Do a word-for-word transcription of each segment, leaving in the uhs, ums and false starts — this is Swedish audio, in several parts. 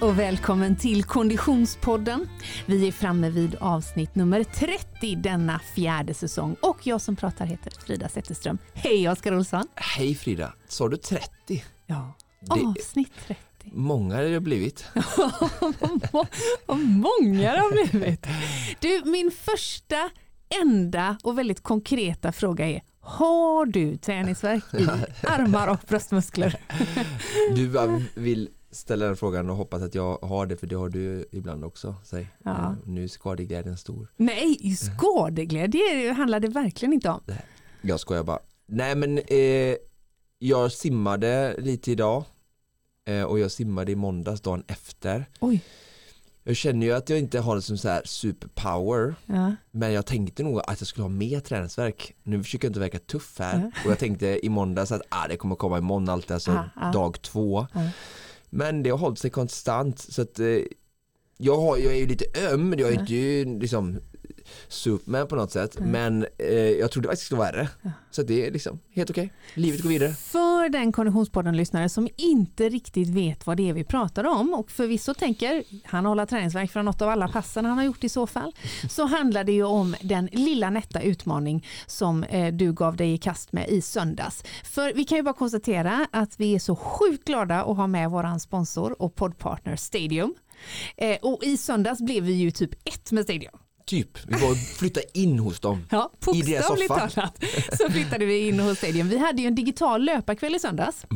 och välkommen till Konditionspodden. Vi är framme vid avsnitt nummer trettio denna fjärde säsong och jag som pratar heter Frida Zetterström. Hej Oskar Olsson. Hej Frida, sa du trettio? Ja, det avsnitt trettio. Många har det blivit. Vad många det har blivit. Du, min första, enda och väldigt konkreta fråga är: har du träningsvärk i armar och bröstmuskler? Du bara vill ställa den frågan och hoppas att jag har det, för det har du ibland också. Säg. Ja. Nu är skadeglädjen stor. Nej, skadeglädje handlar det verkligen inte om. Jag skojar bara. Nej men eh, jag simmade lite idag eh, och jag simmade i måndags dagen efter. Oj. Jag känner ju att jag inte har det som så här superpower, Ja. men jag tänkte nog att jag skulle ha mer träningsverk. Nu försöker jag inte verka tuff här. Ja. Och jag tänkte i måndags att ah, det kommer komma imorgon allt, alltså ah, ah. dag två. Ah. Men det har hållit sig konstant. Så att eh, jag, har, jag är ju lite öm, men jag är Ja. inte ju liksom Superman på något sätt. Mm. Men eh, jag trodde faktiskt det skulle vara värre. Ja. Så det är liksom helt okej. Livet går vidare. För den Konditionspodden-lyssnare som inte riktigt vet vad det är vi pratar om och förvisso tänker han hålla träningsverk från något av alla passen han har gjort i så fall, så handlar det ju om den lilla nätta utmaning som eh, du gav dig i kast med i söndags. För vi kan ju bara konstatera att vi är så sjukt glada att ha med våran sponsor och poddpartner Stadium. Eh, och i söndags blev vi ju typ ett med Stadium. Typ, vi var flytta in hos dem. Ja, bokstavligt talat så flyttade vi in hos Stadium. Vi hade ju en digital löparkväll i söndags.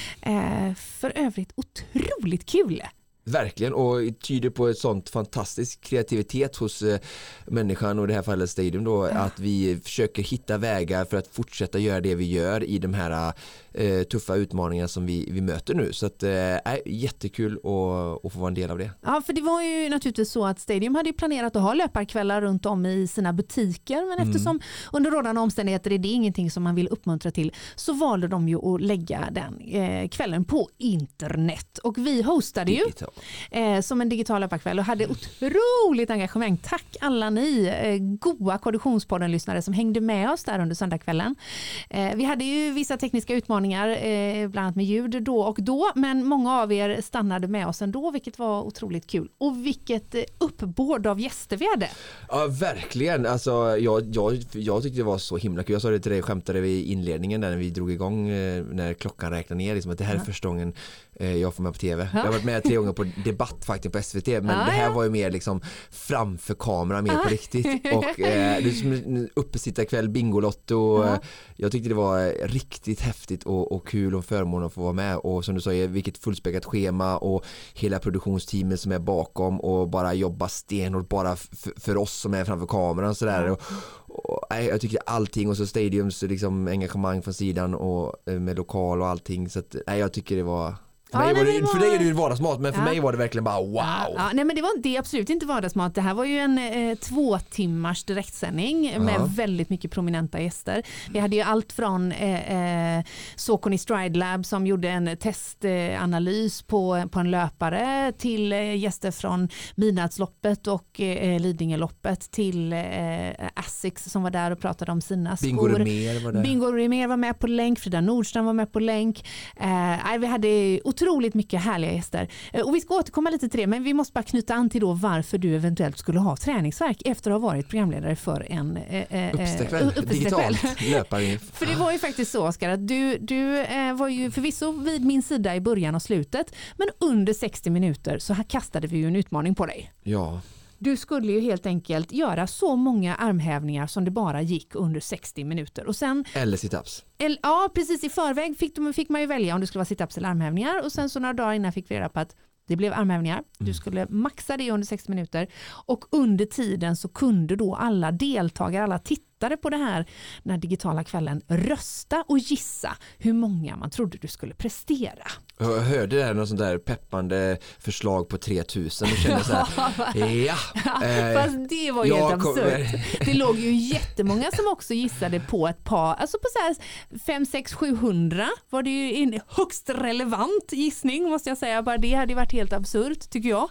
Mm. Eh, för övrigt otroligt kul. Verkligen, och tyder på ett sånt fantastisk kreativitet hos eh, människan, och i det här fallet Stadium då, ja. Att vi försöker hitta vägar för att fortsätta göra det vi gör i de här eh, tuffa utmaningarna som vi, vi möter nu. Så att, eh, jättekul att, att få vara en del av det. Ja, för det var ju naturligtvis så att Stadium hade planerat att ha löparkvällar runt om i sina butiker, men eftersom mm. under rådande omständigheter är det ingenting som man vill uppmuntra till, så valde de ju att lägga den eh, kvällen på internet. Och vi hostade ju Digital. Eh, som en digital löparkväll och hade otroligt engagemang. Tack alla ni eh, goa Konditionspodden-lyssnare som hängde med oss där under söndagskvällen. Eh, vi hade ju vissa tekniska utmaningar, eh, bland annat med ljud då och då, men många av er stannade med oss ändå, vilket var otroligt kul. Och vilket eh, uppbåd av gäster vi hade. Ja, verkligen. Alltså, jag, jag, jag tyckte det var så himla kul. Jag sa det till dig, skämtade vi i inledningen där när vi drog igång, eh, när klockan räknade ner, liksom, att det här är ja. första gången eh, jag får med på tv. Ja. Jag har varit med tre gånger på debatt faktiskt på S V T, men ah, det här ja. var ju mer liksom framför kameran, mer ah. på riktigt. Och eh, det är som uppesittarkväll, Bingolotto. Ah. Jag tyckte det var riktigt häftigt och, och kul och förmån att få vara med. Och som du sa, vilket fullspäckat schema och hela produktionsteamet som är bakom och bara jobba stenhårt bara f- för oss som är framför kameran och sådär. Ah. Och, och, nej, jag tycker allting, och så Stadiums liksom, engagemang från sidan och med lokal och allting. Så att, nej, jag tycker det var... För, ja, nej, det, var... för dig är det ju vardagsmat, men för ja. mig var det verkligen bara wow. Ja, ja, nej, men det var det absolut inte vardagsmat. Det här var ju en eh, två timmars direktsändning ja. med väldigt mycket prominenta gäster. Vi hade ju allt från eh, eh, Saucony Stride Lab som gjorde en testanalys eh, på, på en löpare, till eh, gäster från Midnattsloppet och eh, Lidingöloppet, till eh, Asics som var där och pratade om sina skor. Bingo Rimér var där. Bingo Rimér var med på länk, Frida Nordström var med på länk. Eh, vi hade otroligt mycket härliga gäster. Och vi ska återkomma lite till det, men vi måste bara knyta an till då varför du eventuellt skulle ha träningsverk efter att ha varit programledare för en eh, uppesittarkväll. Uh, digitalt löpare. För det var ju faktiskt så, Oskar, att du, du eh, var ju förvisso vid min sida i början och slutet, men under sextio minuter så här kastade vi ju en utmaning på dig. Ja. Du skulle ju helt enkelt göra så många armhävningar som det bara gick under sextio minuter. Och sen, eller sit-ups. Eller, ja, precis. I förväg fick, de, fick man ju välja om det skulle vara sit-ups eller armhävningar. Och sen så några dagar innan fick vi reda på att det blev armhävningar. Mm. Du skulle maxa det under sextio minuter. Och under tiden så kunde då alla deltagare, alla tittare på det här, den här digitala kvällen, rösta och gissa hur många man trodde du skulle prestera. Jag hörde det här, någon sån där peppande förslag på tre tusen och kände så här, ja. Eh, Fast det var ju helt absurt. Det låg ju jättemånga som också gissade på ett par, alltså på så här fem, sex, sjuhundra var det ju en högst relevant gissning, måste jag säga. Bara det hade ju varit helt absurt, tycker jag.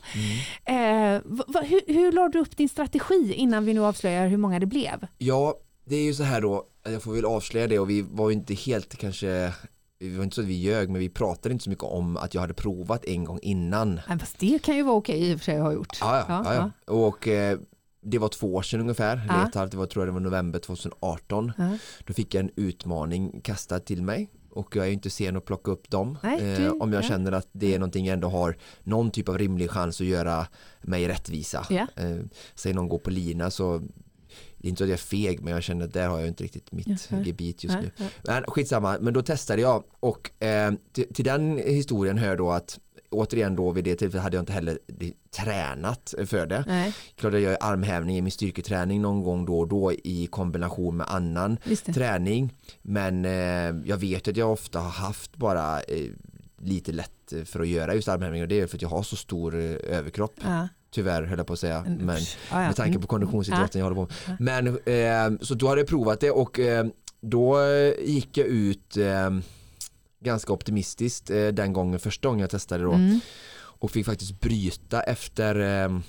Mm. Eh, va, hur, hur lade du upp din strategi innan vi nu avslöjar hur många det blev? Ja, det är ju så här då, jag får väl avslöja det, och vi var ju inte helt kanske det var inte så att vi ljög, men vi pratade inte så mycket om att jag hade provat en gång innan. Men fast det kan ju vara okej i och för sig att ha gjort. Ja, ja, ja, ja. Och eh, det var två år sedan ungefär. Ja. Ett halvt, det var, tror jag det var november tjugoarton. Ja. Då fick jag en utmaning kastad till mig. Och jag är inte sen att plocka upp dem. Nej, du, eh, om jag ja. känner att det är någonting jag ändå har någon typ av rimlig chans att göra mig rättvisa. Ja. Eh, säg någon går på lina så det är inte så att jag är feg, men jag känner att där har jag inte riktigt mitt ja. gebit just ja. nu. Ja. Men skitsamma, men då testade jag. Och eh, till, till den historien hör då att återigen då vid det tillfället hade jag inte heller tränat för det. Nej. Klart jag gör armhävning i min styrketräning någon gång då och då i kombination med annan träning. Men eh, jag vet att jag ofta har haft bara eh, lite lätt för att göra just armhävning, och det är för att jag har så stor eh, överkropp. Ja. Tyvärr höll jag på att säga, men ah, ja. med tanke på konditionsidrotten jag håller på med. Men eh, så då hade jag provat det, och eh, då gick jag ut eh, ganska optimistiskt eh, den gången, första gången jag testade då. Mm. Och fick faktiskt bryta efter eh,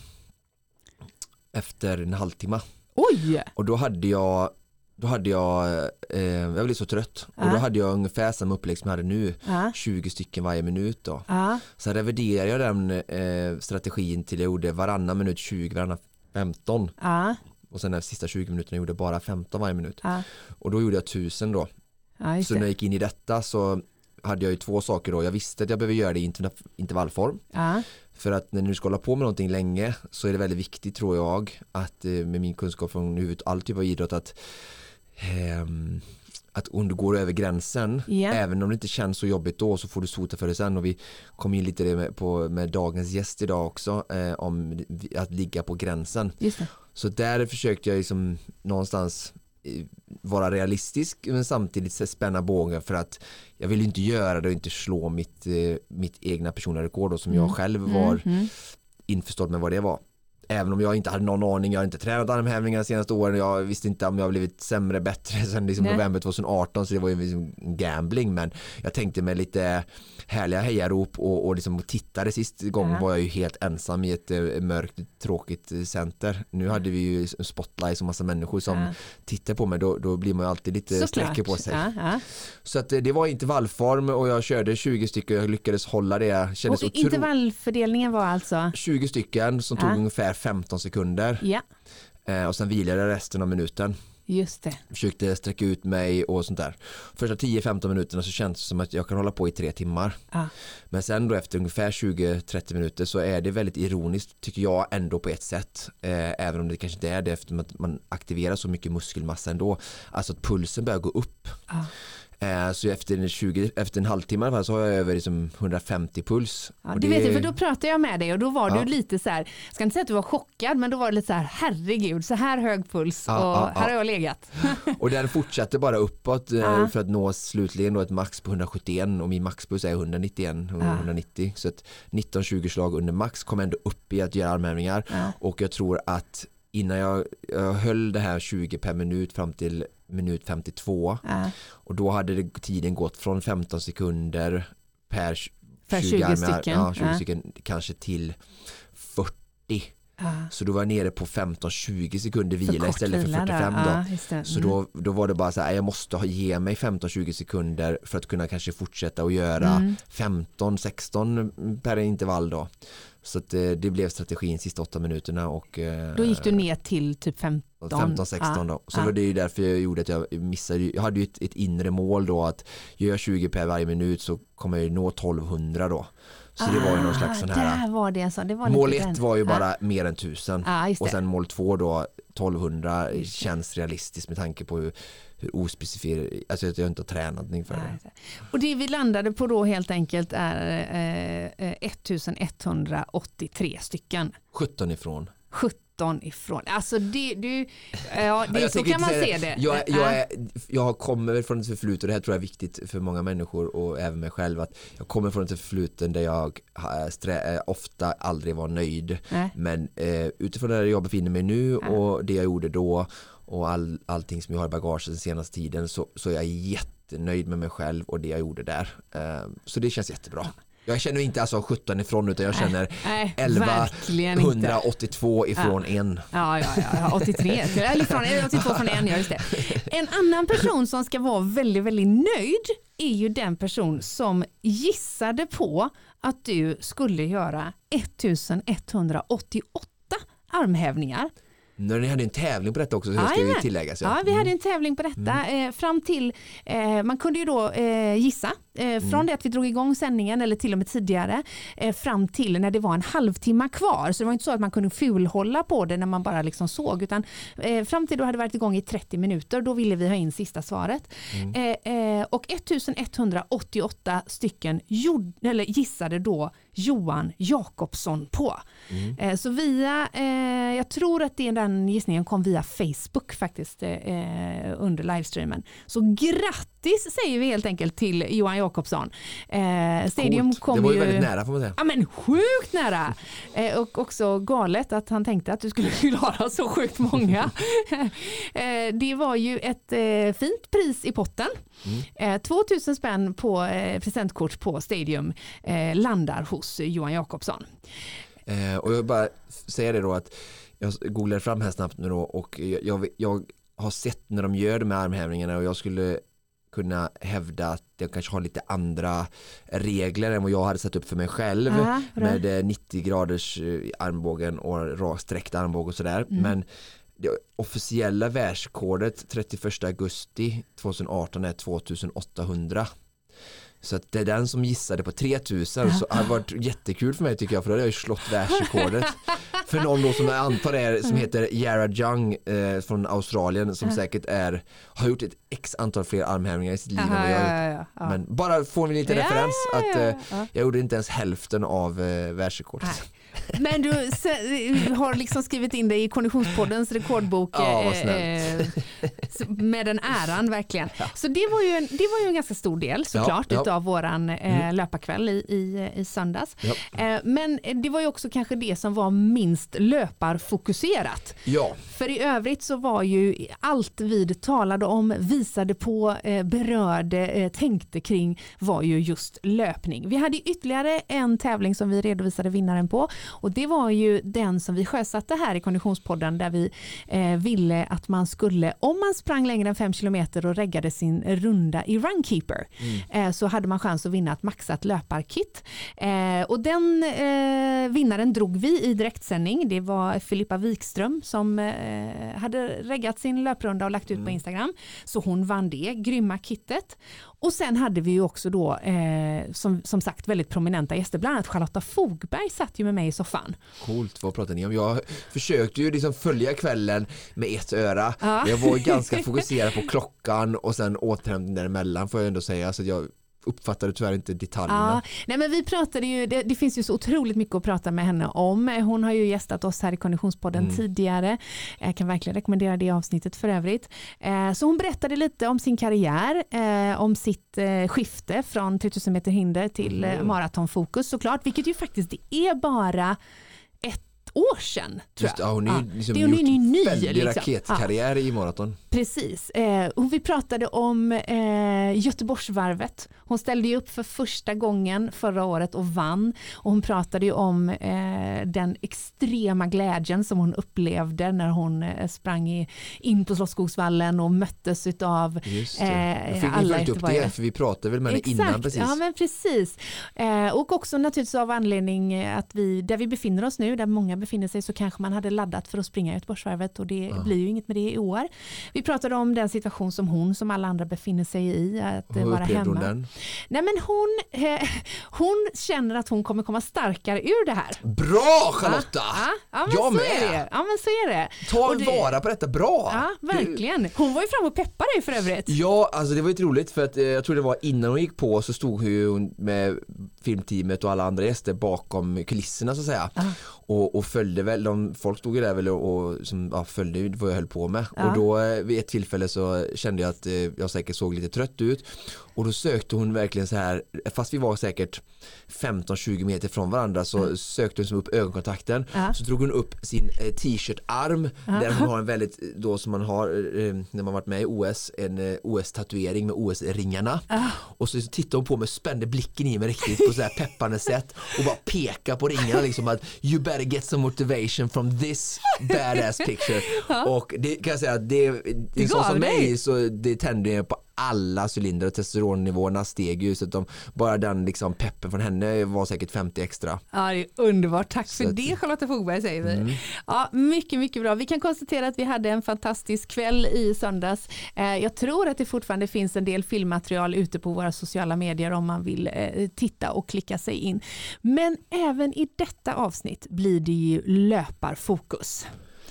efter en halvtimme. Oj! Och då hade jag då hade jag eh, jag blev så trött. Uh. Och då hade jag ungefär samma upplägg som jag hade nu. Uh. tjugo stycken varje minut då. Uh. Så reviderade jag den eh, strategin till jag gjorde varannan minut tjugo, varannan femton. Uh. Och sen de sista tjugo minuterna gjorde jag bara femton varje minut. Uh. Och då gjorde jag tusen då. Uh, så när jag gick in i detta så hade jag ju två saker då. Jag visste att jag behöver göra det i intervallform. Uh. För att när du ska hålla på med någonting länge så är det väldigt viktigt, tror jag, att med min kunskap från huvud, all typ av idrott, att eh, att om du går över gränsen, yeah. även om det inte känns så jobbigt då, så får du sota för det sen. Och vi kom in lite med, på, med dagens gäst idag också, eh, om att ligga på gränsen. Just det. Så där försökte jag liksom någonstans vara realistisk, men samtidigt spänna bågen, för att jag vill inte göra det och inte slå mitt, mitt egna personliga rekord då, som mm. jag själv var mm. införstådd med vad det var. Även om jag inte hade någon aning, jag har inte tränat armhävningar de senaste åren, jag visste inte om jag har blivit sämre, bättre sen liksom november tjugoarton, så det var ju liksom gambling, men jag tänkte med lite härliga hejarop och, och liksom tittade sist gång uh-huh. var jag ju helt ensam i ett uh, mörkt, tråkigt uh, center. Nu hade vi ju spotlights och massa människor som uh-huh. tittar på mig, då, då blir man ju alltid lite sträcker på sig. Uh-huh. Så att uh, det var intervallform och jag körde tjugo stycken, jag lyckades hålla det. Kändes och otro- intervallfördelningen var alltså? tjugo stycken som tog uh-huh. ungefär femton sekunder. Yeah. Uh, och sen vilade jag resten av minuten. Just det. Försökte sträcka ut mig och sånt där. Första tio femton minuterna så känns det som att jag kan hålla på i tre timmar. Ah. Men sen då efter ungefär tjugo trettio minuter så är det väldigt ironiskt, tycker jag ändå på ett sätt. Eh, även om det kanske inte är det, efter att man aktiverar så mycket muskelmassa ändå. Alltså att pulsen börjar gå upp. Ah. Så efter, tjugo, efter en halvtimme så har jag över liksom hundrafemtio puls. Ja, det vet jag, för då pratade jag med dig och då var ja. du lite så här, jag ska inte säga att du var chockad, men då var det lite så här, herregud, så här hög puls ja, och ja, här ja. har jag legat. Och den fortsatte bara uppåt ja. för att nå slutligen då ett max på hundrasjuttioen, och min maxpuls är hundranittioen, hundranittio. Ja. Så att nitton tjugo slag under max kom ändå upp i att göra armhävningar. Ja. Och jag tror att innan jag, jag höll det här tjugo per minut fram till minut femtiotvå äh. och då hade det, tiden gått från femton sekunder per tjugo, tjugo stycken, ja, tjugo äh. stycken kanske till fyrtio. Äh. Så då var jag nere på femton tjugo sekunder vila istället för fyrtiofem då. Ja, så då, då var det bara så här, jag måste ha, ge mig femton tjugo sekunder för att kunna kanske fortsätta att göra mm. femton sexton per intervall då. Så att det, det blev strategin sista åtta minuterna. Och då gick du ner till typ femton femton sexton då. Så ah. var det ju därför jag gjorde att jag missade. Jag hade ju ett, ett inre mål då, att gör jag tjugo per varje minut så kommer jag ju nå tolvhundra då. Så ah, det var ju någon slags sån här. Var det så. Det var mål ett var ju bara ah. mer än tusen. Ah, och sen mål två då tolvhundra känns realistiskt med tanke på hur hur ospecifierat, alltså att jag inte har tränat för det. Och det vi landade på då helt enkelt är eh, ettusenetthundraåttiotre stycken. sjutton ifrån. sjutton ifrån. Alltså det, du, ja, det, så kan man se det. Jag, jag, är, jag kommer från ett förflutet, och det här tror jag är viktigt för många människor och även mig själv, att jag kommer från ett förflutet där jag strä, ofta aldrig var nöjd. Äh. Men eh, utifrån där jag befinner mig nu äh. och det jag gjorde då och all, allting som jag har i bagaget den senaste tiden, så, så är jag jättenöjd med mig själv och det jag gjorde där. Uh, så det känns jättebra. Jag känner inte alltså sjutton ifrån utan jag känner nej, elva åttiotvå ifrån ja. en. Ja, ja, ja, åttiotre. Eller från, åttiotvå från en, ja, just det. En annan person som ska vara väldigt, väldigt nöjd är ju den person som gissade på att du skulle göra ettusenetthundraåttioåtta armhävningar. När ni hade en tävling på detta också så ska Ajmen. vi tillägga. Så. Ja, vi hade en tävling på detta. Mm. Eh, fram till, eh, man kunde ju då eh, gissa eh, från mm. det att vi drog igång sändningen eller till och med tidigare eh, fram till när det var en halvtimme kvar. Så det var inte så att man kunde fulhålla på det när man bara liksom såg utan eh, fram till då hade det varit igång i trettio minuter. Då ville vi ha in sista svaret. Mm. Eh, eh, och ettusenetthundraåttioåtta stycken gjord, eller gissade då Johan Jakobsson på. Mm. Eh, så via, eh, jag tror att det, den gissningen kom via Facebook faktiskt eh, under livestreamen. Så grattis säger vi helt enkelt till Johan Jakobsson. Eh, Stadium kom det var ju, ju väldigt nära får man säga. Ja men sjukt nära. Eh, och också galet att han tänkte att du skulle klara så sjukt många. eh, det var ju ett eh, fint pris i potten. Mm. Eh, tvåtusen spänn på eh, presentkort på Stadium eh, landar hos Johan Jakobsson. Eh, och jag vill bara säga det då att jag googlar fram här snabbt nu då och jag, jag, jag har sett när de gör de här armhävningarna och jag skulle kunna hävda att jag kanske har lite andra regler än vad jag hade satt upp för mig själv. Aha, med nittio graders armbågen och raksträckt armbåge och sådär. Mm. Men det officiella världsrekordet trettioförsta augusti tjugoarton är tvåtusenåttahundra. Så att det är den som gissade på tre tusen så det har varit jättekul för mig tycker jag för då har jag ju slått världsrekordet. För någon då som jag antar är som heter Yara Jung eh, från Australien som säkert är har gjort ett x antal fler armhävningar i sitt liv än vad jag har gjort. Men bara får vi lite ja, referens att eh, ja, ja. jag gjorde inte ens hälften av eh, världsrekordet. Nej. Men du har liksom skrivit in det i Konditionspoddens rekordbok ja, eh, med den äran verkligen. Ja. Så det var, ju en, det var ju en ganska stor del såklart ja, ja. utav våran eh, mm. löparkväll i, i, i söndags. Ja. Eh, men det var ju också kanske det som var minst löparfokuserat. Ja. För i övrigt så var ju allt vi talade om, visade på, eh, berörde, eh, tänkte kring var ju just löpning. Vi hade ytterligare en tävling som vi redovisade vinnaren på. Och det var ju den som vi sjösatte här i Konditionspodden där vi eh, ville att man skulle, om man sprang längre än fem kilometer och reggade sin runda i Runkeeper mm. eh, så hade man chans att vinna ett maxat löparkit. Eh, och den eh, vinnaren drog vi i direktsändning. Det var Filippa Wikström som eh, hade reggat sin löprunda och lagt ut mm. på Instagram. Så hon vann det, grymma kittet. Och sen hade vi ju också då eh, som, som sagt väldigt prominenta gäster, bland annat Charlotta Fogberg satt ju med mig i soffan. Coolt, vad pratar ni om? Jag försökte ju liksom följa kvällen med ett öra. Ja. Jag var ganska fokuserad på klockan och sen återhämtning däremellan får jag ändå säga. Så jag uppfattade tyvärr inte detaljerna. Ja, nej men vi pratade ju, det, det finns ju så otroligt mycket att prata med henne om. Hon har ju gästat oss här i Konditionspodden mm. tidigare. Jag kan verkligen rekommendera det avsnittet för övrigt. Så hon berättade lite om sin karriär, om sitt skifte från tre tusen meter hinder till mm. maratonfokus såklart, vilket ju faktiskt det är bara ett år sedan tror Just, jag. Ja, hon är ju ja. liksom det är hon gjort ny, ny, väldigt liksom. raketkarriär ja. i maraton. Precis. Eh, och vi pratade om eh, Göteborgsvarvet. Hon ställde ju upp för första gången förra året och vann. Och hon pratade ju om eh, den extrema glädjen som hon upplevde när hon eh, sprang i, in på Slottsskogsvallen och möttes utav eh, alla upp det, för vi pratade väl med henne innan precis. Ja, men precis. Eh, och också naturligtvis av anledning att vi, där vi befinner oss nu, där många befinner sig, så kanske man hade laddat för att springa Göteborgsvarvet och det ja. blir ju inget med det i år. Vi pratade om den situation som hon som alla andra befinner sig i, att Hur vara hemma. Hon den? Nej men hon, eh, hon känner att hon kommer komma starkare ur det här. Bra Charlotta! Ja, ja, men jag så med! Är det. Ja men så är det. Ta det, vara på detta, bra! Ja, verkligen. Hon var ju fram och peppade dig för övrigt. Ja, alltså det var ju roligt för att eh, jag tror det var innan hon gick på så stod hon med filmteamet och alla andra gäster bakom kulisserna så att säga. Ah. Och, och följde väl, de, folk stod ju där väl och, och som, ja, följde vad jag höll på med. Ja. Och då vid ett tillfälle så kände jag att eh, jag säkert såg lite trött ut. Och då sökte hon verkligen så här, fast vi var säkert femton tjugo meter från varandra så mm. sökte hon som upp ögonkontakten. Ja. Så drog hon upp sin eh, t-shirt-arm ja. där hon har en väldigt, då som man har eh, när man varit med i O S, en eh, O S-tatuering med O S-ringarna. Ja. Och så tittade hon på mig, spände blicken i mig riktigt på så här peppande sätt och bara peka på ringarna liksom att you better get some motivation from this badass picture. Ja. Och det kan jag säga att det, det är så som mig så det tänder på alla cylindrar och testosteronnivåerna steg ju så att de, bara den liksom peppen från henne var säkert femtio extra. Ja, det är underbart. Tack så för att, det Charlotta Fogberg säger vi. Mm. Ja, mycket, mycket bra. Vi kan konstatera att vi hade en fantastisk kväll i söndags. Eh, jag tror att det fortfarande finns en del filmmaterial ute på våra sociala medier om man vill eh, titta och klicka sig in. Men även i detta avsnitt blir det ju löparfokus.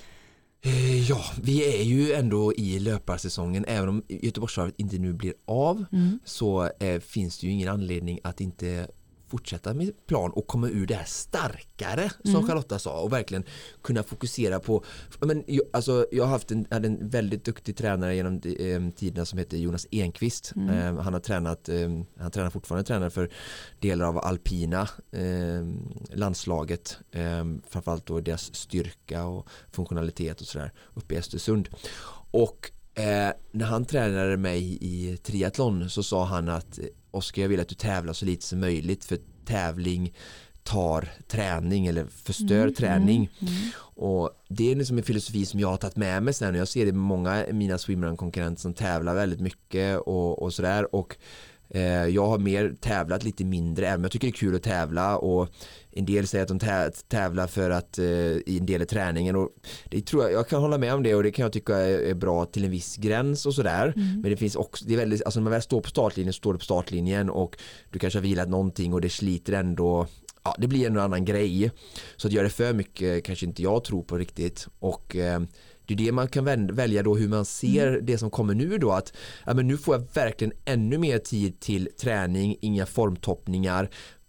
Ja, vi är ju ändå i löparsäsongen. Även om Göteborgsvarvet inte nu blir av mm. så eh, finns det ju ingen anledning att inte fortsätta med plan och komma ur det här starkare som mm. Charlotta sa och verkligen kunna fokusera på men, jag, alltså, jag har haft en, hade en väldigt duktig tränare genom eh, tiderna som heter Jonas Enqvist. Mm. Eh, han har tränat eh, han tränar fortfarande tränare för delar av alpina eh, landslaget eh, framförallt då deras styrka och funktionalitet och sådär uppe i Östersund. Och eh, när han tränade mig i triathlon så sa han att Oskar, jag vill att du tävlar så lite som möjligt för tävling tar träning eller förstör mm, träning. Mm, mm. Och det är liksom en filosofi som jag har tagit med mig sen. Jag ser det med många av mina swimrun-konkurrenter som tävlar väldigt mycket och, och sådär. Och eh, jag har mer tävlat lite mindre även om jag tycker det är kul att tävla och en del säger att de tä- tävlar för att eh, i en del av träningen och det tror jag, jag kan hålla med om det och det kan jag tycka är, är bra till en viss gräns och sådär. Mm. Men det finns också, det är väldigt, alltså när man väl står på startlinjen står du på startlinjen och du kanske har vilat någonting och det sliter ändå, ja det blir en annan grej. Så att göra det för mycket kanske inte jag tror på riktigt och eh, det är det man kan välja då hur man ser mm. det som kommer nu då att ja, men nu får jag verkligen ännu mer tid till träning, inga formtoppningar,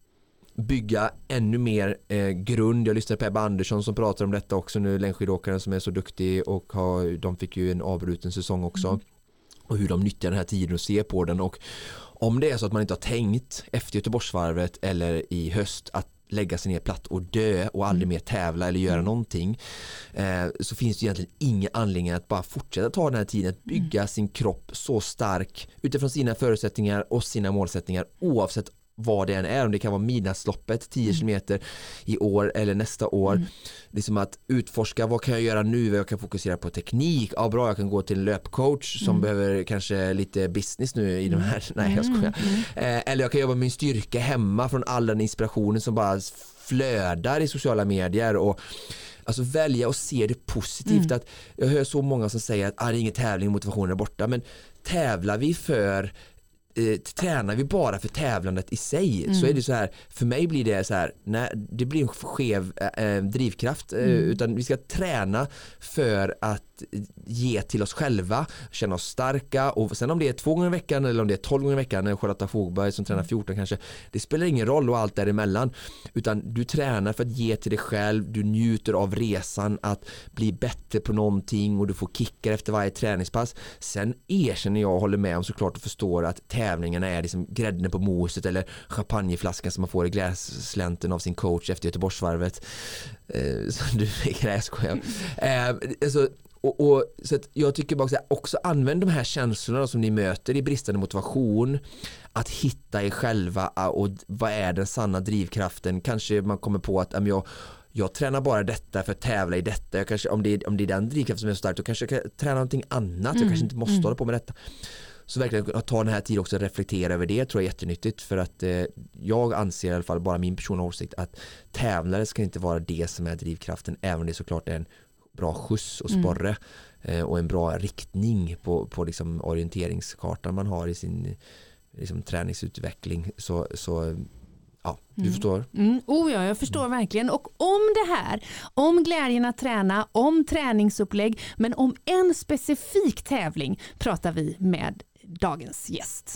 bygga ännu mer eh, grund. Jag lyssnade på Ebba Andersson som pratar om detta också nu, längdskidåkaren som är så duktig och har, de fick ju en avbruten säsong också mm. och hur de nyttjar den här tiden och ser på den och om det är så att man inte har tänkt efter Göteborgsvarvet eller i höst att lägga sig ner platt och dö och aldrig mer tävla eller göra någonting eh, så finns det egentligen ingen anledning att bara fortsätta ta den här tiden att bygga mm. sin kropp så stark utifrån sina förutsättningar och sina målsättningar oavsett vad det än är, om det kan vara midnattsloppet tio mm. kilometer i år eller nästa år. Mm. Liksom att utforska vad kan jag göra nu, jag kan fokusera på teknik, ja bra jag kan gå till en löpcoach som mm. behöver kanske lite business nu i de här, mm. nej jag skojar. Mm. Eh, eller jag kan jobba med min styrka hemma från all den inspirationen som bara flödar i sociala medier och alltså välja och se det positivt mm. att jag hör så många som säger att ah, det är ingen tävling, motivationen är borta, men tävlar vi för Eh, tränar vi bara för tävlandet i sig mm. så är det så här, för mig blir det så här, nej, det blir en skev eh, drivkraft eh, mm. utan vi ska träna för att ge till oss själva, känna oss starka och sen om det är två gånger i veckan eller om det är tolv gånger i veckan, Charlotta Fogberg som tränar fjorton kanske, det spelar ingen roll och allt däremellan, utan du tränar för att ge till dig själv, du njuter av resan att bli bättre på någonting och du får kickar efter varje träningspass. Sen erkänner jag och håller med om såklart och förstår att tävlingarna är liksom grädden på moset eller champagneflaskan som man får i gläslänten av sin coach efter Göteborgsvarvet. Eh, så du fick det, jag skojar. Eh, alltså, och, och, så att jag tycker bara så här, också använd de här känslorna som ni möter i bristande motivation att hitta er själva och vad är den sanna drivkraften. Kanske man kommer på att äm, jag jag tränar bara detta för att tävla i detta. Jag kanske, om, det är, om det är den drivkraften som är så stark, då kanske jag kan träna någonting annat. Mm. Jag kanske inte måste mm. hålla på med detta. Så verkligen att ta den här tiden också och reflektera över det tror jag är jättenyttigt för att eh, jag anser i alla fall, bara min personliga åsikt, att tävlare ska inte vara det som är drivkraften, även om det såklart är en bra skjuts och sporre mm. eh, och en bra riktning på, på liksom orienteringskartan man har i sin liksom, träningsutveckling så, så ja, du mm. förstår. Mm. Oh ja, jag förstår mm. verkligen. Och om det här, om glädjen att träna, om träningsupplägg, men om en specifik tävling pratar vi med dagens gäst.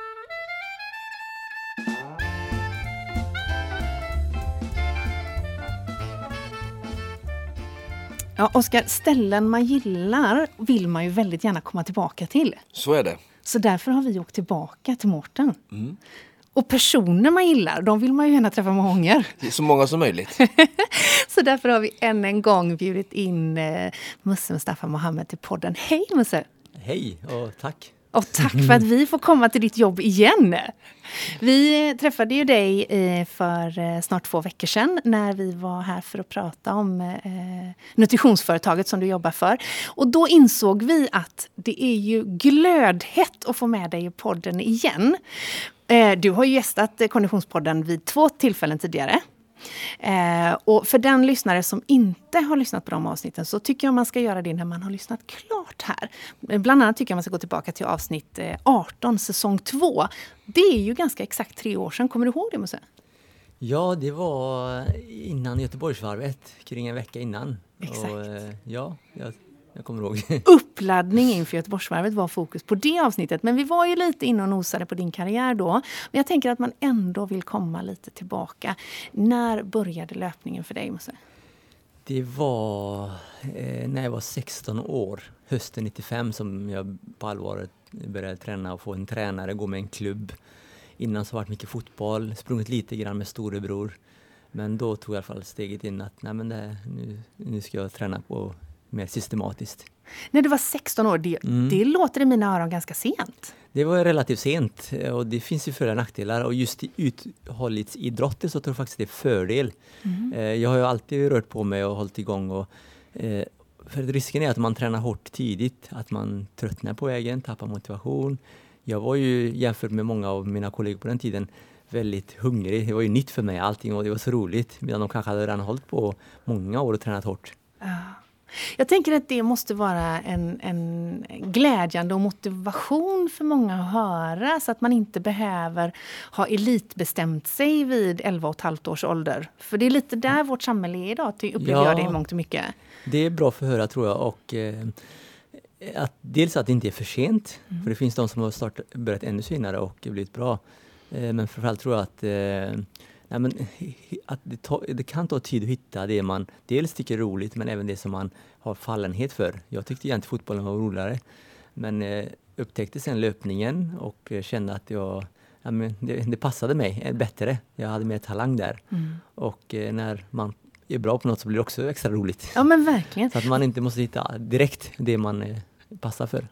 Ja, Oskar, ställen man gillar vill man ju väldigt gärna komma tillbaka till. Så är det. Så därför har vi åkt tillbaka till Mårten. Mm. Och personer man gillar, de vill man ju gärna träffa många gånger. Så många som möjligt. Så därför har vi än en gång bjudit in eh, Musse Mustafa Mohammed till podden. Hej Musse! Hej och tack! Och tack för att vi får komma till ditt jobb igen. Vi träffade ju dig för snart två veckor sedan när vi var här för att prata om eh, nutritionsföretaget som du jobbar för. Och då insåg vi att det är ju glödhett att få med dig i podden igen. Eh, du har ju gästat Konditionspodden vid två tillfällen tidigare. Eh, och för den lyssnare som inte har lyssnat på de avsnitten så tycker jag man ska göra det när man har lyssnat klart här. Bland annat tycker jag man ska gå tillbaka till avsnitt arton, säsong två. Det är ju ganska exakt tre år sedan. Kommer du ihåg det, Musse? Ja, det var innan Göteborgsvarvet, kring en vecka innan. Exakt. Och, ja, jag, jag kommer ihåg. Uppladdning inför Göteborgsvarvet var fokus på det avsnittet. Men vi var ju lite inne och nosade på din karriär då. Men jag tänker att man ändå vill komma lite tillbaka. När började löpningen för dig, Musse? Det var eh, när jag var sexton år, hösten nittiofem, som jag på allvar började träna och få en tränare, gå med en klubb. Innan så var det mycket fotboll, sprungit lite grann med storebror. Men då tog jag i alla fall steget in att nej, men det, nu, nu ska jag träna på mer systematiskt. När du var sexton år, det, mm. det låter i mina öron ganska sent. Det var relativt sent och det finns ju för- och nackdelar. Och just i uthållighetsidrotter så tror jag faktiskt det är fördel. Mm. Jag har ju alltid rört på mig och hållit igång. Och, för risken är att man tränar hårt tidigt, att man tröttnar på vägen, tappar motivation. Jag var ju jämfört med många av mina kollegor på den tiden väldigt hungrig. Det var ju nytt för mig allting och det var så roligt. Medan de kanske hade redan hållit på många år och tränat hårt. Ja. Jag tänker att det måste vara en, en glädjande och motivation för många att höra. Så att man inte behöver ha elitbestämt sig vid elva och ett halvt års ålder. För det är lite där vårt samhälle är idag. Upplever ja, jag det i mångt och mycket. Det är bra för att höra tror jag. Och, eh, att, dels att det inte är för sent. Mm. För det finns de som har startat, börjat ännu senare och blivit bra. Eh, men framförallt tror jag att... Eh, Nej, men, att det, ta, det kan ta tid att hitta det man dels tycker är roligt men även det som man har fallenhet för. Jag tyckte egentligen fotbollen var roligare men eh, upptäckte sen löpningen och eh, kände att jag, ja, men det, det passade mig eh, bättre. Jag hade mer talang där. Mm. Och eh, när man är bra på något så blir det också extra roligt. Ja men verkligen. Så att man inte måste hitta direkt det man eh, passar för.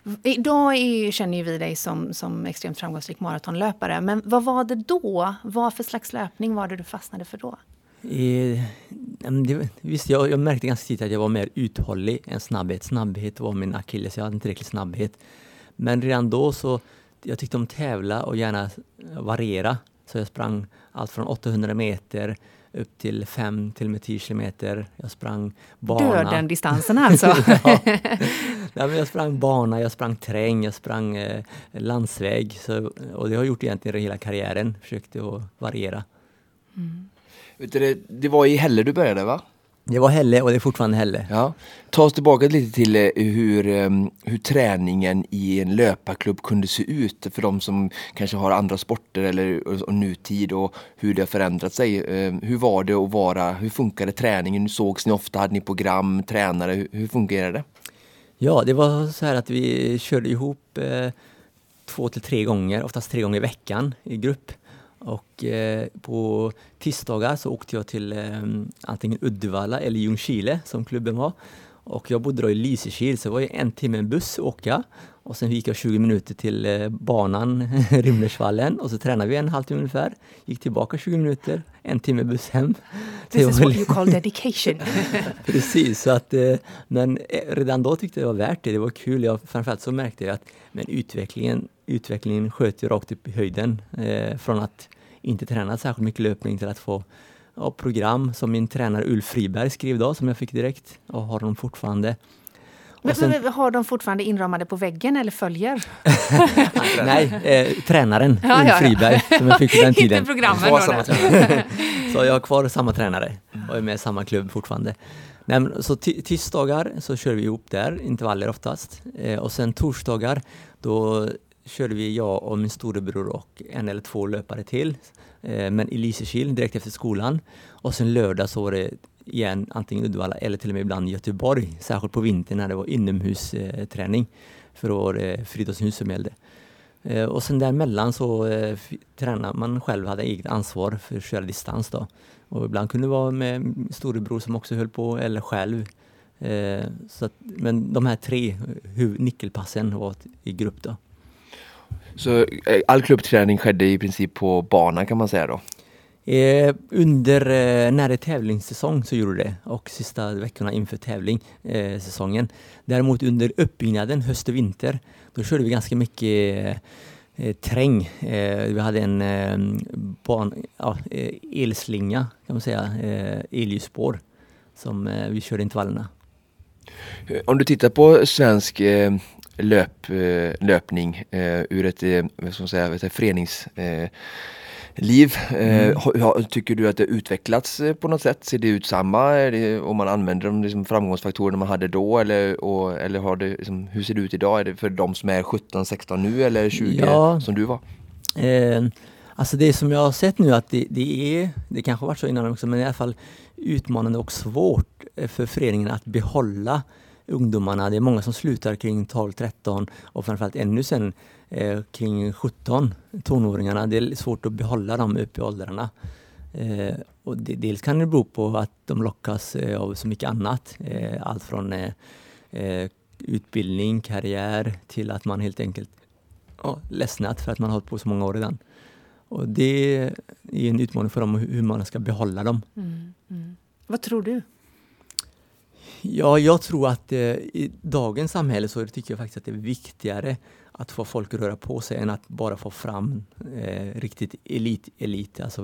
Idag är, känner vi dig som, som extremt framgångsrik maratonlöpare. Men vad var det då? Vad för slags löpning var det du fastnade för då? Eh, det, visst, jag, jag märkte ganska tidigt att jag var mer uthållig än snabbhet. Snabbhet var min akilles, jag hade inte tillräcklig snabbhet. Men redan då så, jag tyckte om tävla och gärna variera. Så jag sprang allt från åttahundra meter upp till fem till och med tio kilometer. Jag sprang bana. Döden distansen alltså. Ja. Ja, men jag sprang bana, jag sprang terräng, jag sprang eh, landsväg. Så, och det har jag gjort egentligen hela karriären. Försökte att variera. Mm. Vet du, det, det var i Hälle du började, va? Det var Hälle och det är fortfarande Hälle. Ja. Ta oss tillbaka lite till hur, hur träningen i en löparklubb kunde se ut för de som kanske har andra sporter eller och, och nutid och hur det har förändrat sig. Hur var det att vara, hur funkade träningen? Hur sågs ni ofta? Hade ni program, tränare? Hur, hur fungerade det? Ja, det var så här att vi körde ihop eh, två till tre gånger, oftast tre gånger i veckan i grupp. Och eh, på tisdagar så åkte jag till eh, antingen Uddevalla eller Ljungskile som klubben var. Och jag bodde då i Lysekil så det var ju en timme en buss att åka. Och sen gick jag tjugo minuter till eh, banan, Rimnersvallen. Och så tränade vi en halvtimme ungefär. Gick tillbaka tjugo minuter, en timme buss hem. This is what you call dedication. Precis, så att, eh, men redan då tyckte jag det var värt det. Det var kul. Jag, framförallt så märkte jag att men utvecklingen, utvecklingen sköt ju rakt upp i höjden. Eh, från att inte träna särskilt mycket löpning till att få ja, program som min tränare Ulf Friberg skrev då, som jag fick direkt och har de fortfarande. Men, sen, men har de fortfarande inramade på väggen eller följer? Nej, eh, tränaren ja, Ulf ja, ja. Friberg som jag fick i den tiden. Inte programmen då. Så jag har kvar samma tränare och är med i samma klubb fortfarande. Nej, men, så t- tisdagar så kör vi ihop där, intervaller oftast. Eh, och sen torsdagar då körde vi jag och min storebror och en eller två löpare till. Eh, men i Lysekil direkt efter skolan. Och sen lördag så var det igen antingen Uddevalla eller till och med ibland Göteborg. Särskilt på vintern när det var inomhusträning. För då var det Fridolfshus som gällde. Eh, och sen däremellan så eh, f- tränar man själv, hade eget ansvar för att köra distans då. Och ibland kunde det vara med storebror som också höll på eller själv. Eh, så att, men de här tre huv- nyckelpassen var i grupp då. Så all klubbträning skedde i princip på banan kan man säga då? Eh, under eh, när det är tävlingssäsong så gjorde det och sista veckorna inför tävling eh, säsongen. Däremot under uppbyggnaden höst och vinter då körde vi ganska mycket eh, träng. Eh, vi hade en eh, ban, ja, elslinga kan man säga, eh, elljusspår som eh, vi körde intervallerna. Om du tittar på svensk eh, löp, eh, löpning eh, ur ett, eh, vad ska man säga, ett förenings eh, liv. Mm. Eh, tycker du att det utvecklats på något sätt? Ser det ut samma? Är det, om man använder de liksom, framgångsfaktorerna man hade då? Eller, och, eller har det, liksom, hur ser det ut idag? Är det för de som är sjutton sexton nu eller tjugo ja. Som du var? Eh, alltså det som jag har sett nu att det, det är, det kanske har varit så innan också, men i alla fall utmanande och svårt för föreningen att behålla ungdomarna. Det är många som slutar kring tolv tretton och framförallt ännu sen eh, kring sjutton tonåringarna. Det är svårt att behålla dem uppe i åldrarna. Eh, och det, dels kan det bero på att de lockas eh, av så mycket annat. Eh, allt från eh, eh, utbildning, karriär till att man helt enkelt ja, ledsnat för att man har hållit på så många år redan. Och det är en utmaning för dem hur man ska behålla dem. Mm, mm. Vad tror du? Ja, jag tror att eh, i dagens samhälle så tycker jag faktiskt att det är viktigare att få folk att röra på sig än att bara få fram eh, riktigt elit, elit alltså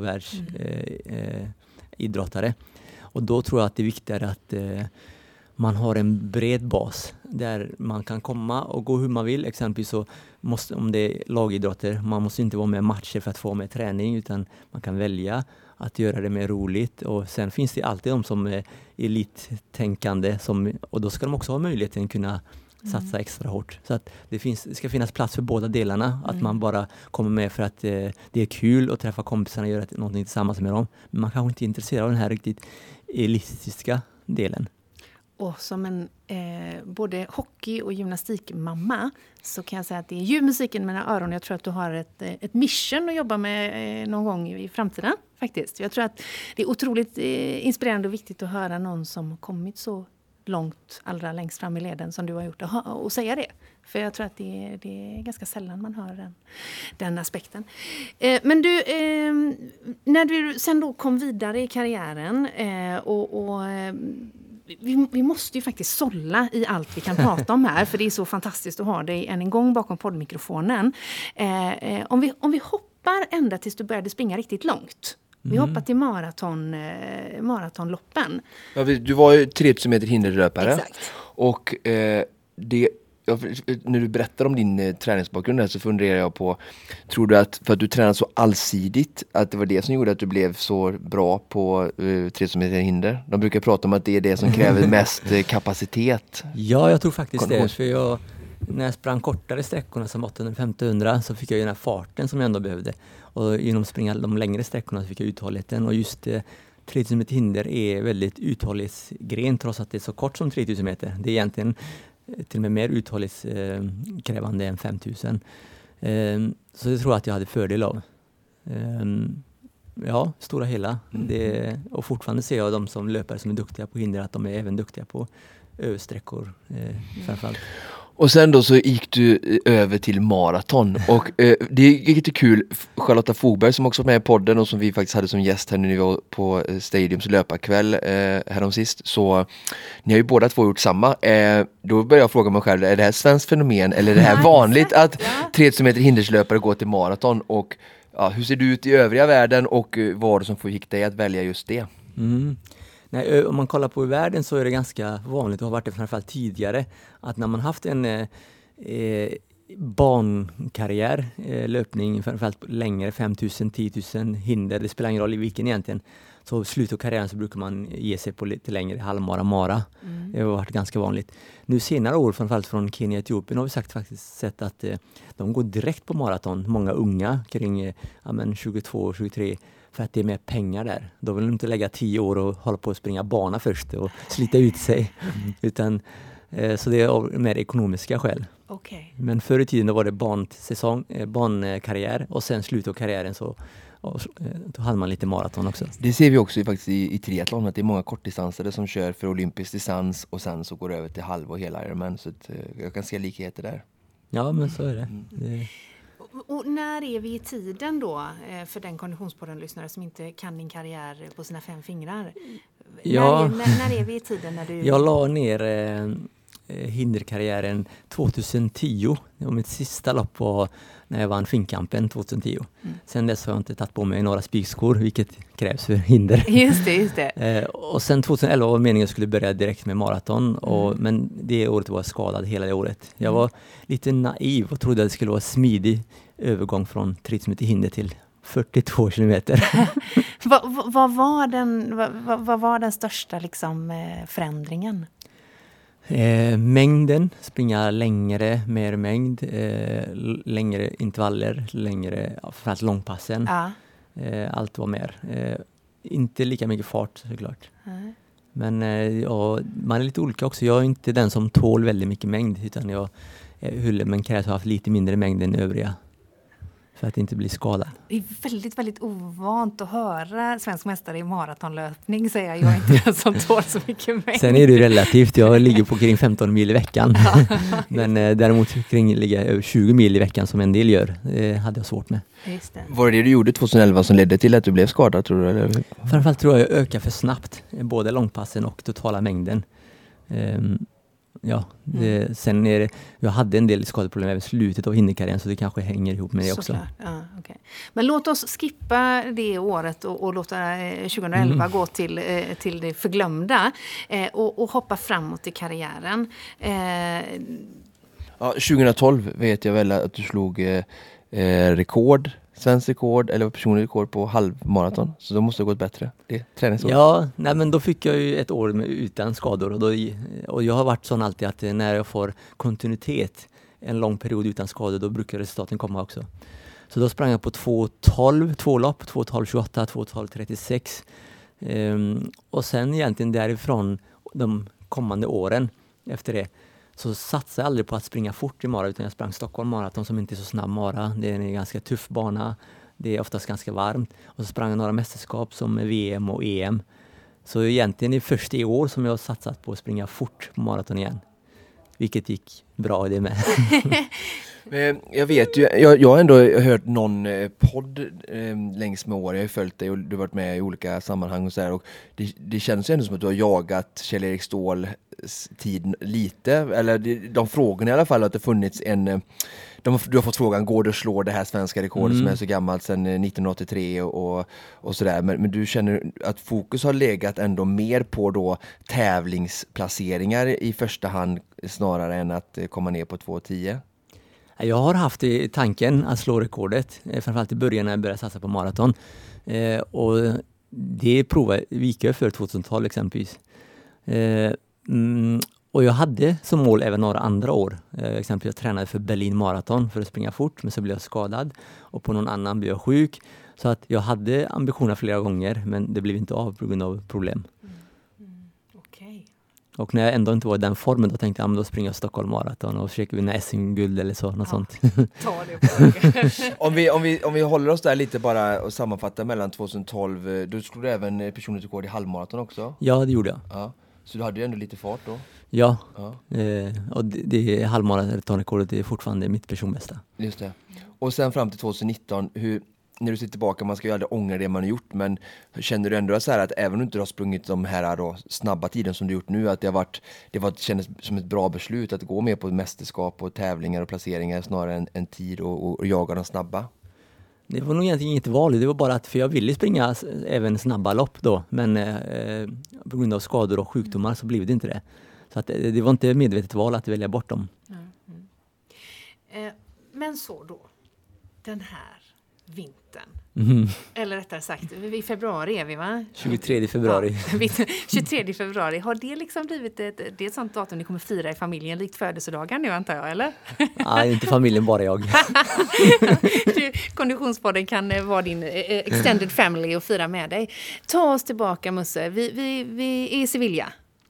världsidrottare. Mm. Eh, eh, och då tror jag att det är viktigare att eh, man har en bred bas där man kan komma och gå hur man vill. Exempelvis så måste, om det är lagidrotter, man måste inte vara med matcher för att få med träning utan man kan välja att göra det mer roligt. Och sen finns det alltid de som är elittänkande som, och då ska de också ha möjligheten att kunna satsa mm. extra hårt. Så att det, finns, det ska finnas plats för båda delarna. Mm. Att man bara kommer med för att eh, det är kul att träffa kompisarna och göra någonting tillsammans med dem. Men man kanske inte är intresserad av den här riktigt elitistiska delen. Och som en eh, både hockey- och gymnastikmamma så kan jag säga att det är ju musiken i mina öron. Jag tror att du har ett, ett mission att jobba med eh, någon gång i framtiden faktiskt. Jag tror att det är otroligt eh, inspirerande och viktigt att höra någon som kommit så långt, allra längst fram i leden som du har gjort och, och säga det. För jag tror att det är, det är ganska sällan man hör den, den aspekten. Eh, men du, eh, när du sen då kom vidare i karriären eh, och, och Vi, vi måste ju faktiskt sålla i allt vi kan prata om här för det är så fantastiskt att ha dig än en gång bakom poddmikrofonen. Eh, eh, om, vi, om vi hoppar ända tills du började springa riktigt långt. Vi mm. hoppar till maraton, eh, maratonloppen. Ja, du var ju tretusen meter hinderlöpare. Exakt. Och eh, det... Ja, när du berättar om din eh, träningsbakgrund här så funderar jag på, tror du att för att du tränar så allsidigt att det var det som gjorde att du blev så bra på eh, tretusen meter hinder? De brukar prata om att det är det som kräver mest eh, kapacitet. Ja, jag tror faktiskt det. För jag, när jag sprang kortare sträckorna som åttahundra femtonhundra så fick jag ju den här farten som jag ändå behövde. Och genom att springa de längre sträckorna så fick jag uthålligheten. Och just eh, tretusen meter hinder är väldigt uthållighetsgren trots att det är så kort som tretusen meter. Det är egentligen till och med mer uthållighetskrävande än femtusen. Så det tror jag att jag hade fördel av. Ja, stora hela. Mm. Det, och fortfarande ser jag de som löpare som är duktiga på hinder att de är även duktiga på översträckor eh, framförallt. Och sen då så gick du över till maraton och eh, det är lite kul, Charlotta Fogberg som också var med i podden och som vi faktiskt hade som gäst här nu när vi var på Stadiums löparkväll eh, härom sist, så ni har ju båda två gjort samma. Eh, då börjar jag fråga mig själv, är det här ett svenskt fenomen eller är det här vanligt att tretusen meter hinderslöpare går till maraton och ja, hur ser det ut i övriga världen och eh, vad är det som får hitta dig att välja just det? Mm. Nej, om man kollar på i världen så är det ganska vanligt och har varit det framförallt tidigare att när man haft en eh, bankarriär, eh, löpning framförallt längre, femtusen, tiotusen hinder, det spelar ingen roll i vilken egentligen, så slut av karriären så brukar man ge sig på lite längre halvmara, mara. Mm. Det har varit ganska vanligt. Nu senare år, framförallt från Kenya och Etiopien, har vi sagt faktiskt sett att eh, de går direkt på maraton. Många unga kring eh, ja, men tjugotvå tjugotre för att det är mer pengar där. Då vill de inte lägga tio år och hålla på att springa bana först och slita ut sig. Mm. Utan, eh, så det är av mer ekonomiska skäl. Okay. Men förr i tiden då var det bansäsong, eh, bankarriär och sen slut av karriären så och, eh, då hade man lite maraton också. Det ser vi också faktiskt i, i triathlon att det är många kortdistansare som kör för olympisk distans och sen så går det över till halv och hela Ironman. Så att, eh, jag kan se likheter där. Ja, men så är det. Mm. det Och när är vi i tiden då för den Konditionspodden-lyssnare som inte kan din karriär på sina fem fingrar? Ja. När, när, när är vi i tiden? När du... Jag la ner eh, hinderkarriären tjugohundratio. Det var mitt sista lopp på när jag vann Finnkampen tjugohundratio. Mm. Sen dess har jag inte tagit på mig några spikskor, vilket krävs för hinder. Just det, just det. eh, och sen tjugoelva var meningen att jag skulle börja direkt med maraton. Och, mm. Men det året var jag skadad hela det året. Jag var lite naiv och trodde att det skulle vara smidig övergång från trettio meter hinder till fyrtiotvå kilometer. vad, vad, vad, var den, vad, vad var den största liksom, förändringen? Eh, mängden, springa längre, mer mängd, eh, längre intervaller, längre, ja, framförallt långpassen. Ja. Eh, allt var mer. Eh, inte lika mycket fart såklart. Mm. Men eh, ja, man är lite olika också. Jag är inte den som tål väldigt mycket mängd, utan jag eh, men krävs ha haft lite mindre mängd än övriga. För att inte bli skadad. Det är väldigt, väldigt ovant att höra svensk mästare i maratonlöpning säga jag är inte den som tål så mycket mängd. Sen är det relativt. Jag ligger på kring femton mil i veckan. Men eh, däremot kring ligga över tjugo mil i veckan som en del gör. Det hade jag svårt med. Just det. Var det det du gjorde tjugoelva som ledde till att du blev skadad, tror du? Eller? Framförallt tror jag jag ökar för snabbt. Både långpassen och totala mängden. Um, Ja, det, mm. sen är det, jag hade en del skadeproblem även i slutet av hinderkarriären, så det kanske hänger ihop med det också. Ja, okay. Men låt oss skippa det året och, och låta eh, tjugoelva mm. gå till, eh, till det förglömda eh, och, och hoppa framåt i karriären. Eh, ja, tjugohundratolv vet jag väl att du slog eh, rekord, svensk rekord eller personlig rekord på halvmaraton. Så då måste det gått bättre. Det är träningsår. Ja, nej, men då fick jag ju ett år med, utan skador. Och, då, och jag har varit sån alltid att när jag får kontinuitet, en lång period utan skador, då brukar resultaten komma också. Så då sprang jag på två tolv, två lopp, två tolv tjugoåtta, två tolv trettiosex. Um, och sen egentligen därifrån de kommande åren efter det, så satsade jag aldrig på att springa fort i mara, utan jag sprang Stockholm maraton som inte är så snabb mara. Det är en ganska tuff bana. Det är oftast ganska varmt. Och så sprang jag några mästerskap som V M och E M. Så egentligen är det först i år som jag har satsat på att springa fort på maraton igen. Vilket gick bra det med. Jag vet ju, jag, jag har ändå hört någon podd eh, längs med år. Jag har följt dig och du har varit med i olika sammanhang och så här. Och det, det känns ju ändå som att du har jagat Kjell-Erik Ståhl tid lite. Eller de, de frågorna i alla fall, att det funnits en... De, du har fått frågan, går du att slå det här svenska rekordet mm. som är så gammalt sedan nittonhundraåttiotre och, och sådär. Men, men du känner att fokus har legat ändå mer på då tävlingsplaceringar i första hand snarare än att komma ner på två tio? Jag har haft i tanken att slå rekordet, framförallt i början när jag började satsa på maraton. Eh, och det provade vi för tjugohundratolv exempelvis. Eh, mm, och jag hade som mål även några andra år. Eh, exempelvis jag tränade för Berlin maraton för att springa fort, men så blev jag skadad. Och på någon annan blev jag sjuk. Så att jag hade ambitioner flera gånger, men det blev inte av på grund av problem. Mm. Mm. Okay. Och när jag ändå inte var i den formen, då tänkte jag att då springer jag Stockholm maraton och försöker vinna S M-guld eller så, något ja, sånt. Ta det om, vi, om, vi, om vi håller oss där lite bara och sammanfattar mellan tjugohundratolv, du slog även personligt rekord i halvmaraton också? Ja, det gjorde jag. Ja. Så du hade ju ändå lite fart då? Ja, ja. Eh, och det, det halvmaratonrekordet är fortfarande mitt personbästa. Just det. Och sen fram till tjugonitton, hur... När du sitter tillbaka, man ska ju aldrig ångra det man har gjort, men känner du ändå så här att även om du inte har sprungit de här då, snabba tiden som du gjort nu, att det har varit, det var, kändes som ett bra beslut att gå med på mästerskap och tävlingar och placeringar snarare än, än tid och, och, och jaga de snabba? Det var nog egentligen inget val, det var bara att för jag ville springa även snabba lopp då, men eh, på grund av skador och sjukdomar så blev det inte det. Så att, det var inte medvetet val att välja bort dem. Mm. Mm. Eh, men så då, den här vintern. Mm. Eller rättare sagt, i februari är vi va? tjugotredje februari. Ja, tjugotredje februari. Har det liksom blivit ett, det är ett sånt datum ni kommer fira i familjen, likt födelsedagar nu antar jag, eller? Nej, inte familjen, bara jag. Konditionspodden kan vara din extended family och fira med dig. Ta oss tillbaka, Musse. Vi, vi, vi är i Sevilla.